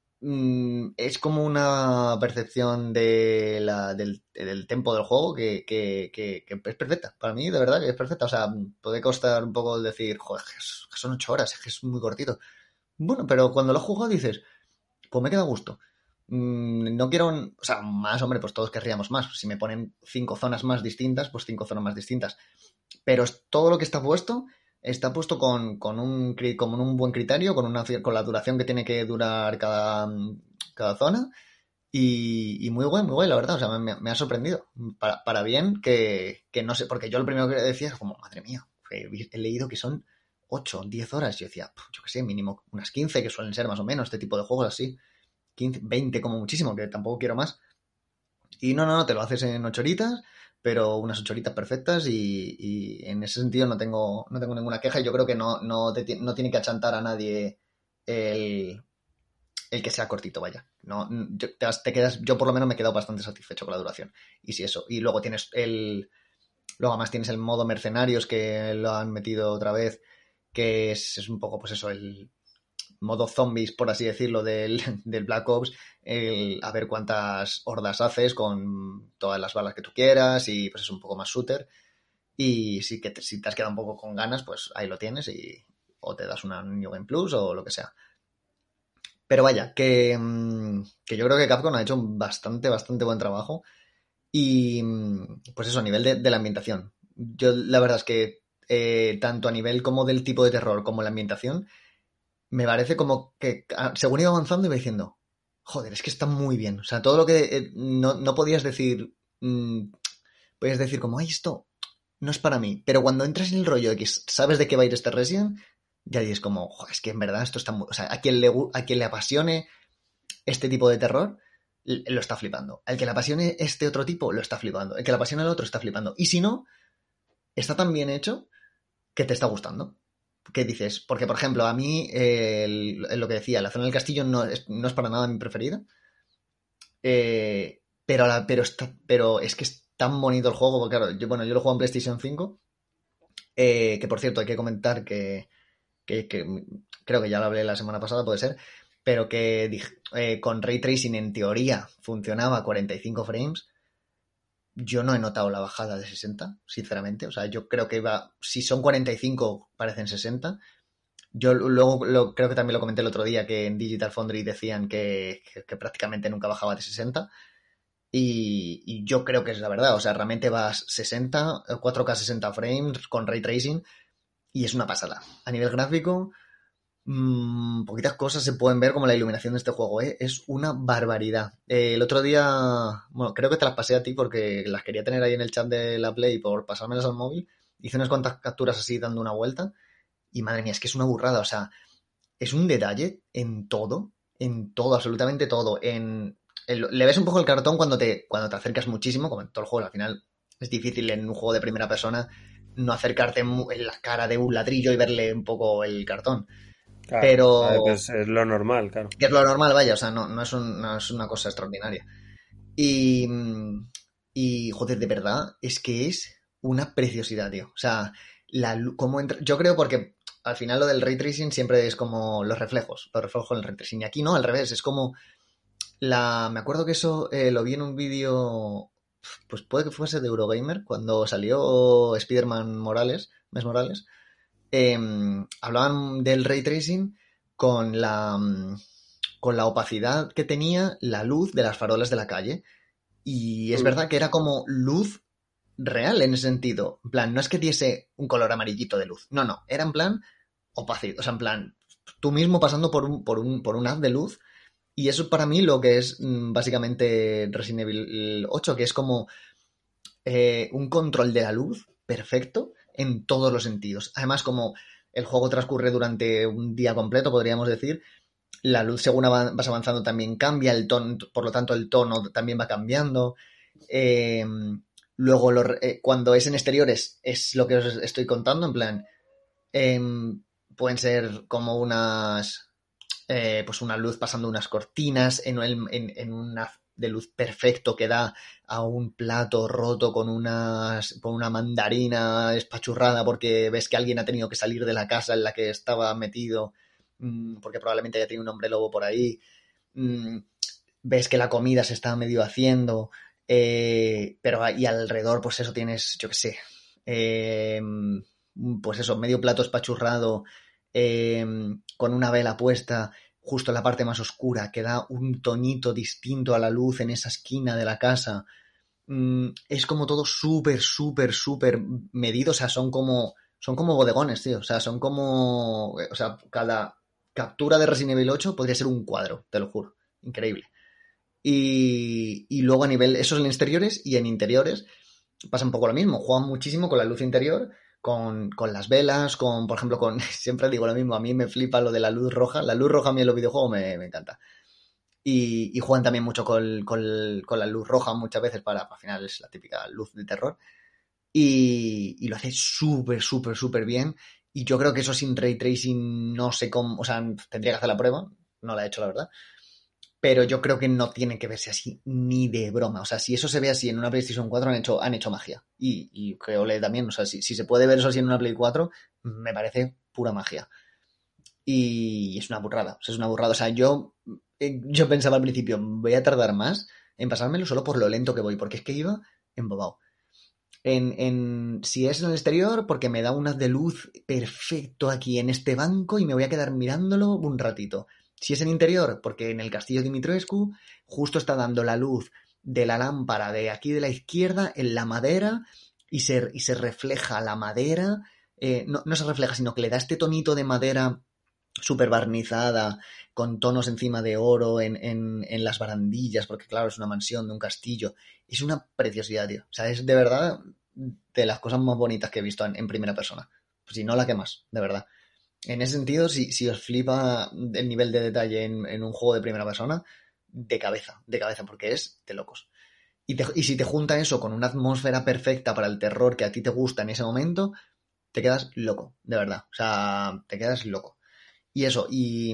Mm, es como una percepción de la, del, del tempo del juego que, que, que, que es perfecta. Para mí, de verdad, que es perfecta. O sea, puede costar un poco decir, joder, que son ocho horas, es que es muy cortito. Bueno, pero cuando lo juego dices, pues me queda a gusto. Mm, no quiero, o sea, más, hombre, pues todos querríamos más. Si me ponen cinco zonas más distintas, pues cinco zonas más distintas. Pero todo lo que está puesto, está puesto con, con, un, con un buen criterio, con, una, con la duración que tiene que durar cada, cada zona. Y, y muy guay, muy guay, la verdad. O sea, me, me ha sorprendido. Para, para bien que, que no sé, porque yo lo primero que decía es como, madre mía, he, he leído que son ocho, diez horas. Yo decía, yo qué sé, mínimo unas quince, que suelen ser más o menos este tipo de juegos así. quince, veinte como muchísimo, que tampoco quiero más. Y no, no, no, te lo haces en ocho horitas, pero unas ocho horitas perfectas y, y en ese sentido no tengo, no tengo ninguna queja. Yo creo que no, no, te, no tiene que achantar a nadie el, el que sea cortito, vaya. No, yo, te, te quedas, yo por lo menos me he quedado bastante satisfecho con la duración. Y si eso. Y luego tienes el... Luego además tienes el modo mercenarios que lo han metido otra vez, que es, es un poco, pues eso, el modo zombies, por así decirlo, del, del Black Ops, el, a ver cuántas hordas haces con todas las balas que tú quieras y pues es un poco más shooter. Y si, que te, si te has quedado un poco con ganas, pues ahí lo tienes y o te das una New Game Plus o lo que sea. Pero vaya, que, que yo creo que Capcom ha hecho un bastante, bastante buen trabajo. Y pues eso, a nivel de, de la ambientación. Yo la verdad es que eh, tanto a nivel como del tipo de terror como la ambientación, me parece como que según iba avanzando iba diciendo, joder, es que está muy bien. O sea, todo lo que eh, no, no podías decir, mmm, podías decir como, ay, esto no es para mí. Pero cuando entras en el rollo de que sabes de qué va a ir este Resident, ya dices como, joder, es que en verdad esto está muy... O sea, a quien le, a quien le apasione este tipo de terror, lo está flipando. Al que le apasione este otro tipo, lo está flipando. El que le apasione el otro, está flipando. Y si no, está tan bien hecho que te está gustando. ¿Qué dices? Porque, por ejemplo, a mí, eh, el, lo que decía, la zona del castillo no es, no es para nada mi preferida. Eh, pero, la, pero, está, pero es que es tan bonito el juego. Porque, claro, yo, bueno, yo lo juego en PlayStation cinco. Eh, que, por cierto, hay que comentar que, que, que creo que ya lo hablé la semana pasada, puede ser, pero que eh, con Ray Tracing en teoría funcionaba a cuarenta y cinco frames. Yo no he notado la bajada de sesenta, sinceramente. O sea, yo creo que iba, si son cuarenta y cinco, parecen sesenta. Yo luego lo, creo que también lo comenté el otro día, que en Digital Foundry decían que, que, que prácticamente nunca bajaba de sesenta. Y, y yo creo que es la verdad. O sea, realmente vas sesenta, cuatro K sesenta frames con Ray Tracing y es una pasada. A nivel gráfico, mmm, poquitas cosas se pueden ver como la iluminación de este juego, ¿eh? Es una barbaridad. Eh, el otro día, bueno, creo que te las pasé a ti porque las quería tener ahí en el chat de la Play por pasármelas al móvil. Hice unas cuantas capturas así dando una vuelta y madre mía, es que es una burrada. O sea, es un detalle en todo, en todo, absolutamente todo. En el, le ves un poco el cartón cuando te, cuando te acercas muchísimo, como en todo el juego, al final es difícil en un juego de primera persona no acercarte en la cara de un ladrillo y verle un poco el cartón. Claro, a ver, Pero pues es lo normal, claro. que es lo normal, vaya, o sea, no, no, es, un, no es una cosa extraordinaria. Y, y, joder, de verdad, es que es una preciosidad, tío. O sea, la, cómo entra... yo creo porque al final lo del ray tracing siempre es como los reflejos, los reflejos en el ray tracing. Y aquí no, al revés, es como la... Me acuerdo que eso eh, lo vi en un vídeo, pues puede que fuese de Eurogamer, cuando salió Spider-Man Morales, Mes Morales, eh, hablaban del ray tracing con la, con la opacidad que tenía la luz de las farolas de la calle. Y es Mm. verdad que era como luz real en ese sentido. En plan, no es que diese un color amarillito de luz. No, no. Era en plan opacidad. O sea, en plan, tú mismo pasando por un, por un, por un haz de luz. Y eso para mí lo que es mmm, básicamente Resident Evil ocho, que es como eh, un control de la luz perfecto en todos los sentidos. Además, como el juego transcurre durante un día completo, podríamos decir, la luz según av- vas avanzando también cambia, el tono, por lo tanto el tono también va cambiando. Eh, luego, lo, eh, cuando es en exteriores, es lo que os estoy contando, en plan, eh, pueden ser como unas, eh, pues una luz pasando unas cortinas en, el, en, en una de luz perfecto que da a un plato roto con, unas, con una mandarina espachurrada porque ves que alguien ha tenido que salir de la casa en la que estaba metido porque probablemente haya tenido un hombre lobo por ahí. Ves que la comida se está medio haciendo, eh, pero ahí alrededor, pues eso tienes, yo qué sé, eh, pues eso, medio plato espachurrado, eh, con una vela puesta justo en la parte más oscura, que da un tonito distinto a la luz en esa esquina de la casa. Mm, es como todo súper, súper, súper medido, o sea, son como, son como bodegones, tío, o sea, son como, o sea, cada captura de Resident Evil ocho podría ser un cuadro, te lo juro, increíble. Y, y luego a nivel, eso es en exteriores y en interiores pasa un poco lo mismo, juegan muchísimo con la luz interior, con, con las velas, con, por ejemplo, con, siempre digo lo mismo, a mí me flipa lo de la luz roja, la luz roja a mí en los videojuegos me, me encanta. Y, y, juegan también mucho con, con, con, la luz roja muchas veces para, al final es la típica luz de terror. Y, y lo hace súper, súper, súper bien. Y yo creo que eso sin ray tracing no sé cómo, o sea, tendría que hacer la prueba, no la he hecho la verdad. Pero yo creo que no tiene que verse así ni de broma. O sea, si eso se ve así en una PlayStation cuatro han hecho, han hecho magia. Y, y creo que también, o sea, si, si se puede ver eso así en una Play cuatro, me parece pura magia. Y es una burrada, o sea, es una burrada. O sea, yo, yo pensaba al principio, voy a tardar más en pasármelo solo por lo lento que voy, porque es que iba embobado. En, en, si es en el exterior, porque me da un haz de luz perfecto aquí en este banco y me voy a quedar mirándolo un ratito. Si es en interior, porque en el castillo de Dimitrescu justo está dando la luz de la lámpara de aquí de la izquierda en la madera y se, y se refleja la madera. Eh, no, no se refleja, sino que le da este tonito de madera súper barnizada, con tonos encima de oro en, en, en las barandillas, porque claro, es una mansión de un castillo. Es una preciosidad, tío. O sea, es de verdad de las cosas más bonitas que he visto en, en primera persona. Pues si no la que más, de verdad. En ese sentido, si, si os flipa el nivel de detalle en, en un juego de primera persona, de cabeza, de cabeza, porque es de locos. Y, te, y si te junta eso con una atmósfera perfecta para el terror que a ti te gusta en ese momento, te quedas loco, de verdad. O sea, te quedas loco. Y eso, y,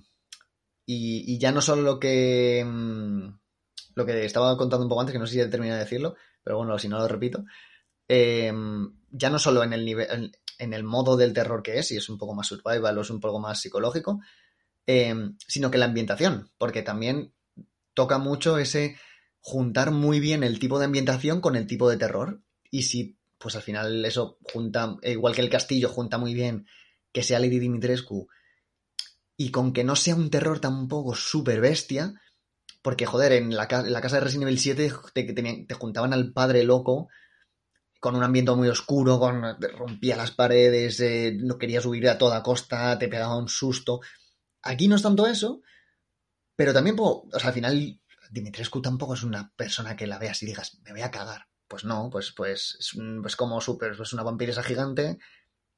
y, y ya no solo lo que lo que estaba contando un poco antes, que no sé si he terminado de decirlo, pero bueno, si no lo repito, eh, ya no solo en el nivel, en el modo del terror que es, y es un poco más survival o es un poco más psicológico, eh, sino que la ambientación, porque también toca mucho ese juntar muy bien el tipo de ambientación con el tipo de terror, y si pues al final eso junta, igual que el castillo junta muy bien que sea Lady Dimitrescu y con que no sea un terror tampoco súper bestia, porque joder, en la, en la casa de Resident Evil siete te, te, te juntaban al padre loco con un ambiente muy oscuro, con rompía las paredes, eh, no querías huir a toda costa, te pegaba un susto. Aquí no es tanto eso, pero también, o sea, al final Dimitrescu tampoco es una persona que la veas y digas, me voy a cagar. Pues no, pues, pues es un, pues como súper, pues una vampiresa gigante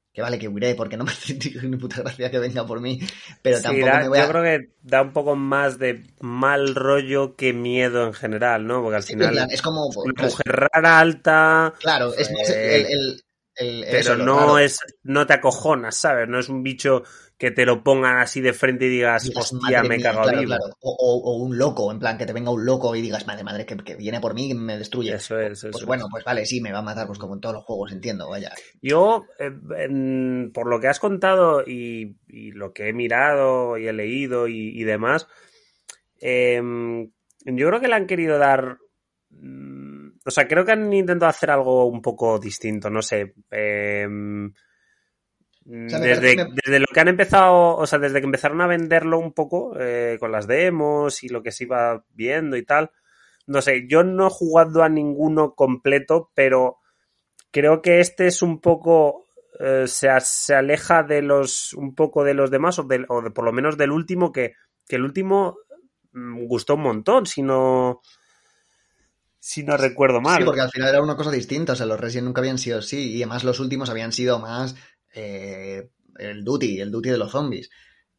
que vale, que huiré porque no me hace ni puta gracia que venga por mí, pero Sí, tampoco da, me voy yo a... creo que da un poco más de mal rollo que miedo en general, ¿no? Porque al Sí, en plan, final es como, es una pues, mujer rara, alta, claro, es más el, eh, el, el- pero eso, lo no raro. es, no te acojonas, ¿sabes? No es un bicho que te lo pongan así de frente y digas, Digas, hostia, madre me he mía, cagado claro, claro. vivo. O, o- o un loco, en plan, que te venga un loco y digas, madre, madre, que, que viene por mí y me destruye. Eso es, Pues eso bueno, es. pues vale, sí, me va a matar, pues como en todos los juegos, entiendo, vaya. Yo, eh, en- por lo que has contado y, y lo que he mirado y he leído y, y demás, eh, yo creo que le han querido dar. mm, O sea, creo que han intentado hacer algo un poco distinto, no sé. eh, O sea, me parece... desde, me- desde lo que han empezado, o sea, desde que empezaron a venderlo un poco eh, con las demos y lo que se iba viendo y tal. No sé, yo no he jugado a ninguno completo, pero creo que este es un poco eh, se, se, aleja de los un poco de los demás o, de, o de, por lo menos del último que, que el último mmm, gustó un montón si no si no recuerdo Sí, mal. porque al final era una cosa distinta, o sea, los Resident nunca habían sido así, y además los últimos habían sido más eh, el Duty, el Duty de los zombies.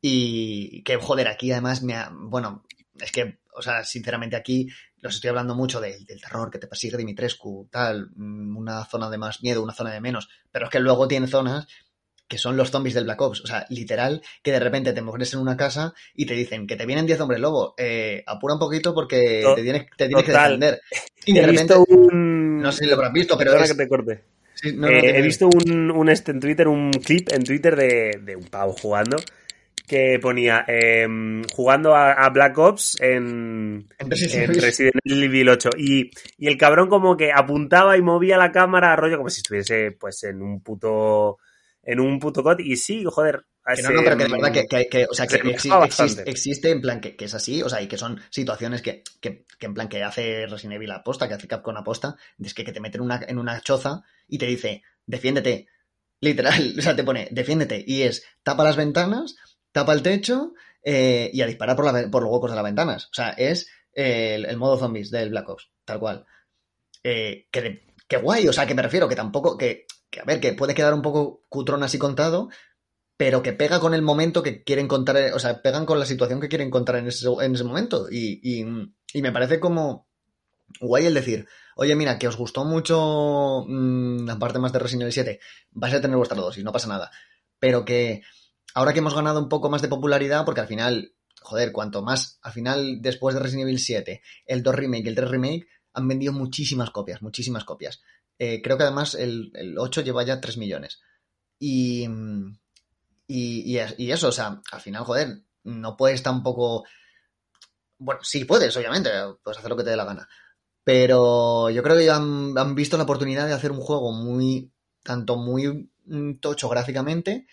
Y que, joder, aquí además me ha... Bueno, es que, o sea, sinceramente aquí los estoy hablando mucho del, del terror que te persigue Dimitrescu, tal, una zona de más miedo, una zona de menos, pero es que luego tiene zonas que son los zombies del Black Ops. O sea, literal, que de repente te mueres en una casa y te dicen que te vienen diez hombres lobo. Eh, apura un poquito porque te To tienes, te tienes que total. defender. Y de He visto repente, no un... sé si lo habrás visto, pero Perdona que es... te corte. Sí, no, no, Eh, he dime, dime. visto un, un este en Twitter, un clip en Twitter de, de un pavo jugando que ponía eh, jugando a, a, Black Ops en, Entonces, en Resident Evil ocho y, y el cabrón como que apuntaba y movía la cámara rollo como si estuviese pues en un puto en un puto C O D y sí, joder, que no, no, se, pero que de verdad que, que, que o sea, se que exi existe, bastante. existe en plan que, que es así, o sea, y que son situaciones que, que, que en plan que hace Resident Evil aposta, que hace Capcom aposta, es que, que te meten una, en una choza y te dice, defiéndete, literal, o sea, te pone, defiéndete, y es, tapa las ventanas, tapa el techo eh, y a disparar por, la, por los huecos de las ventanas. O sea, es eh, el, el modo zombies del Black Ops, tal cual. Eh, que, de, que guay, o sea, que me refiero, que tampoco, que, que a ver, que puede quedar un poco cutrón así contado, pero que pega con el momento que quieren contar, o sea, pegan con la situación que quieren contar en ese, en ese momento. Y, y, y me parece como guay el decir, oye, mira, que os gustó mucho mmm, la parte más de Resident Evil siete, vais a tener vuestra dosis, no pasa nada. Pero que ahora que hemos ganado un poco más de popularidad, porque al final, joder, cuanto más, al final, después de Resident Evil siete, el dos Remake y el tres Remake han vendido muchísimas copias, muchísimas copias. Eh, creo que además el, el ocho lleva ya tres millones. Y, y, y, y eso, o sea, al final, joder, no puedes tampoco... Bueno, sí puedes, obviamente, puedes hacer lo que te dé la gana. Pero yo creo que ya han, han visto la oportunidad de hacer un juego muy, tanto muy tocho gráficamente,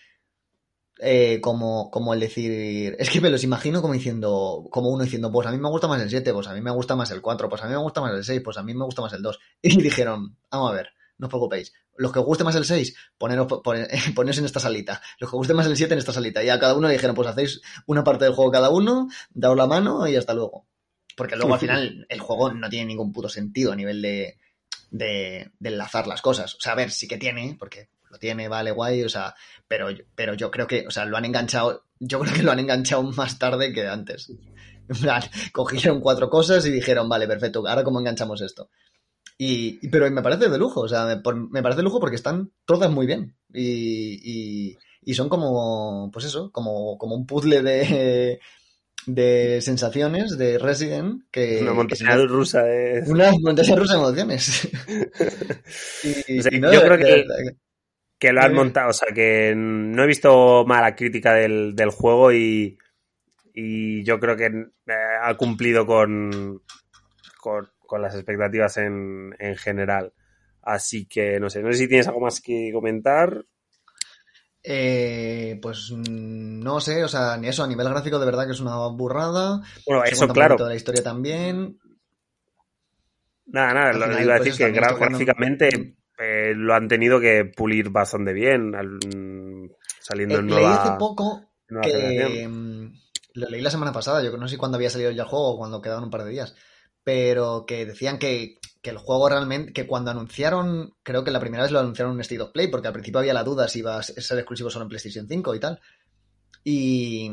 eh, como, como el decir, es que me los imagino como diciendo, como uno diciendo, pues a mí me gusta más el siete, pues a mí me gusta más el cuatro, pues a mí me gusta más el seis, pues a mí me gusta más el dos. Y dijeron, vamos a ver, no os preocupéis, los que os guste más el seis, poneros, poner, poneros en esta salita, los que os guste más el siete en esta salita, y a cada uno le dijeron, pues hacéis una parte del juego cada uno, daos la mano y hasta luego. Porque luego al final el juego no tiene ningún puto sentido a nivel de, de, de enlazar las cosas. O sea, a ver, sí que tiene, porque lo tiene, vale, guay, o sea, pero, pero yo creo que, o sea, lo han enganchado, yo creo que lo han enganchado más tarde que antes. En plan, cogieron cuatro cosas y dijeron, vale, perfecto, ahora cómo enganchamos esto. Y, y pero me parece de lujo, o sea, me, por, me parece de lujo porque están todas muy bien. Y, y, y son como, pues eso, como, como un puzzle de, de sensaciones de Resident Una que, que si montaña no... rusa de... Una montaña rusa de emociones. O sea, y, y no, yo de, creo de que, verdad. que lo han montado, o sea, que no he visto mala crítica del, del juego y, y yo creo que eh, ha cumplido con, con, con las expectativas en, en general. Así que no sé, no sé si tienes algo más que comentar. Eh, pues no sé, o sea, ni eso, a nivel gráfico de verdad que es una burrada. Bueno, Se eso cuenta un poquito claro. de la historia también. Nada, nada, Al lo iba final, a pues decir eso, que también gra- estoy jugando... gráficamente eh, lo han tenido que pulir bastante bien al, mm, saliendo Eh, en leí hace nueva, poco en nueva generación. que... mmm, lo leí la semana pasada, yo no sé cuándo había salido ya el juego, cuando quedaban un par de días, pero que decían que, que el juego realmente, que cuando anunciaron, creo que la primera vez lo anunciaron en State of Play, porque al principio había la duda si iba a ser exclusivo solo en PlayStation cinco y tal. Y,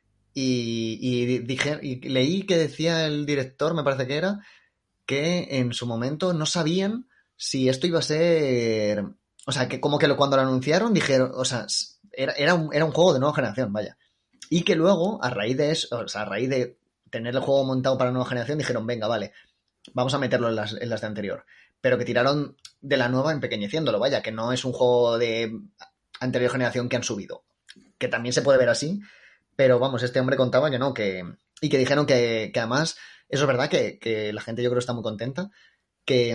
y, y, dije, y leí que decía el director, me parece que era, que en su momento no sabían si esto iba a ser... O sea, que como que cuando lo anunciaron dijeron, o sea, era, era, un, era un juego de nueva generación, vaya. Y que luego, a raíz de eso, o sea, a raíz de tener el juego montado para nueva generación, dijeron, venga, vale, vamos a meterlo en las, en las de anterior. Pero que tiraron de la nueva empequeñeciéndolo, vaya, que no es un juego de anterior generación que han subido. Que también se puede ver así, pero vamos, este hombre contaba que no, que... Y que dijeron que, que además, eso es verdad, que, que la gente yo creo está muy contenta, que...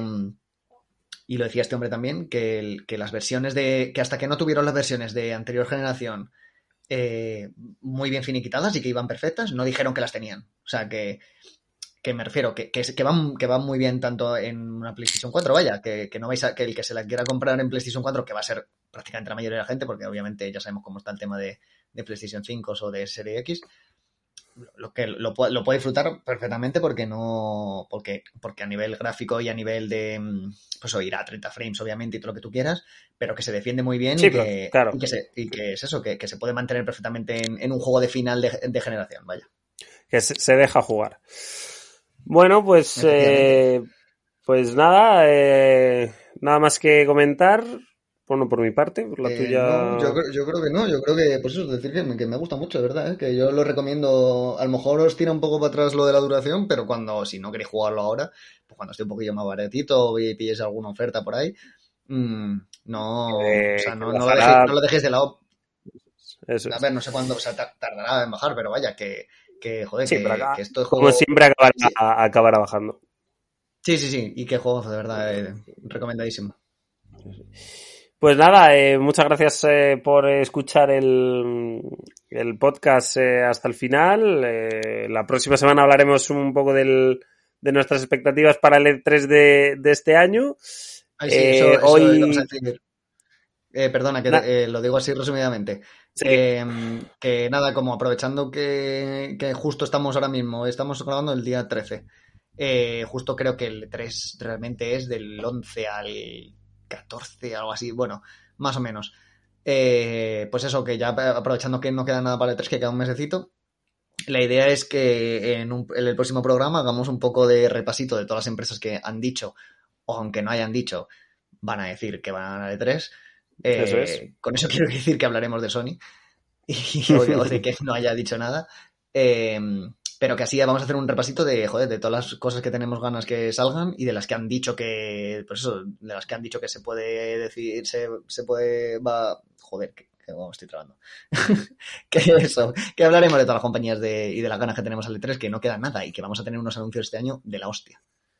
Y lo decía este hombre también, que, el, que las versiones de... Que hasta que no tuvieron las versiones de anterior generación eh, muy bien finiquitadas y que iban perfectas, no dijeron que las tenían. O sea, que... que me refiero, que, que, que, van, que van muy bien tanto en una PlayStation cuatro, vaya, que, que no vais a, que el que se la quiera comprar en PlayStation cuatro, que va a ser prácticamente la mayoría de la gente, porque obviamente ya sabemos cómo está el tema de, de PlayStation cinco o de Serie X, lo que lo, lo puede disfrutar perfectamente porque no, porque, porque a nivel gráfico y a nivel de, pues irá a treinta frames obviamente y todo lo que tú quieras, pero que se defiende muy bien sí, y, que, claro. y, que se, y que es eso, que, que se puede mantener perfectamente en, en un juego de final de, de generación, vaya. Que se, se deja jugar. Bueno, pues eh, pues nada, eh, nada más que comentar. Bueno, por mi parte, por la eh, tuya. No, yo, yo creo que no, yo creo que, pues eso, decir que me, que me gusta mucho, de verdad, ¿eh? Que yo lo recomiendo. A lo mejor os tira un poco para atrás lo de la duración, pero cuando, si no queréis jugarlo ahora, pues cuando esté un poquillo más baratito y pilléis alguna oferta por ahí, mmm, no, eh, o sea, no, no, lo dejéis, no lo dejéis de lado. Eso a es. ver, no sé cuándo, o sea, tardará en bajar, pero vaya, que. Que, joder, sí, que, acá, que esto es como juego... siempre acabará, sí. acabará bajando. Sí, sí, sí, y qué juego, de verdad, eh, recomendadísimo. Pues nada, eh, muchas gracias eh, por escuchar el, el podcast eh, hasta el final. Eh, la próxima semana hablaremos un poco del, de nuestras expectativas para el E tres de, de este año. Ay, sí, eso, eh, eso hoy... vamos a decir. Eh, perdona, que eh, lo digo así resumidamente. Sí. Eh, que nada, como aprovechando que, que justo estamos ahora mismo, estamos grabando el día trece. Eh, justo creo que el tres realmente es del once al catorce, algo así, bueno, más o menos. Eh, pues eso, que ya aprovechando que no queda nada para el tres, que queda un mesecito, la idea es que en, un, en el próximo programa hagamos un poco de repasito de todas las empresas que han dicho, o aunque no hayan dicho, van a decir que van a E tres. Eh, eso es. Con eso quiero decir que hablaremos de Sony y, o, de, o de que no haya dicho nada, eh, pero que así vamos a hacer un repasito de, joder, de todas las cosas que tenemos ganas que salgan y de las que han dicho que, pues eso, de las que han dicho que se puede decir, se, se puede, va, joder, que, que oh, estoy trabando, que eso, que hablaremos de todas las compañías de, y de las ganas que tenemos al E tres, que no queda nada y que vamos a tener unos anuncios este año de la hostia.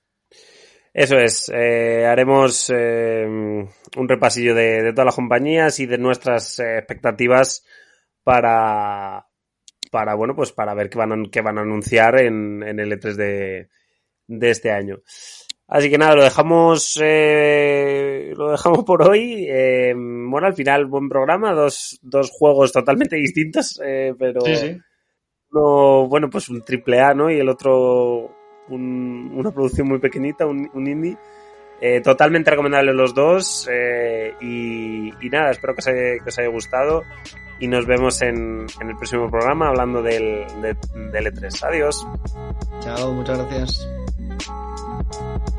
Eso es, eh, haremos eh, un repasillo de, de todas las compañías y de nuestras eh, expectativas para, para, bueno, pues para ver qué van a, qué van a anunciar en, en el E tres de, de este año. Así que nada, lo dejamos eh, lo dejamos por hoy. Eh, bueno, al final, buen programa, dos, dos juegos totalmente distintos, eh, pero sí, sí. uno, bueno, pues un triple A, ¿no? Y el otro... Un, una producción muy pequeñita, un, un indie, eh, totalmente recomendable los dos, eh, y, y nada, espero que os, haya, que os haya gustado y nos vemos en, en el próximo programa hablando del, de, del E tres. Adiós. Chao, muchas gracias.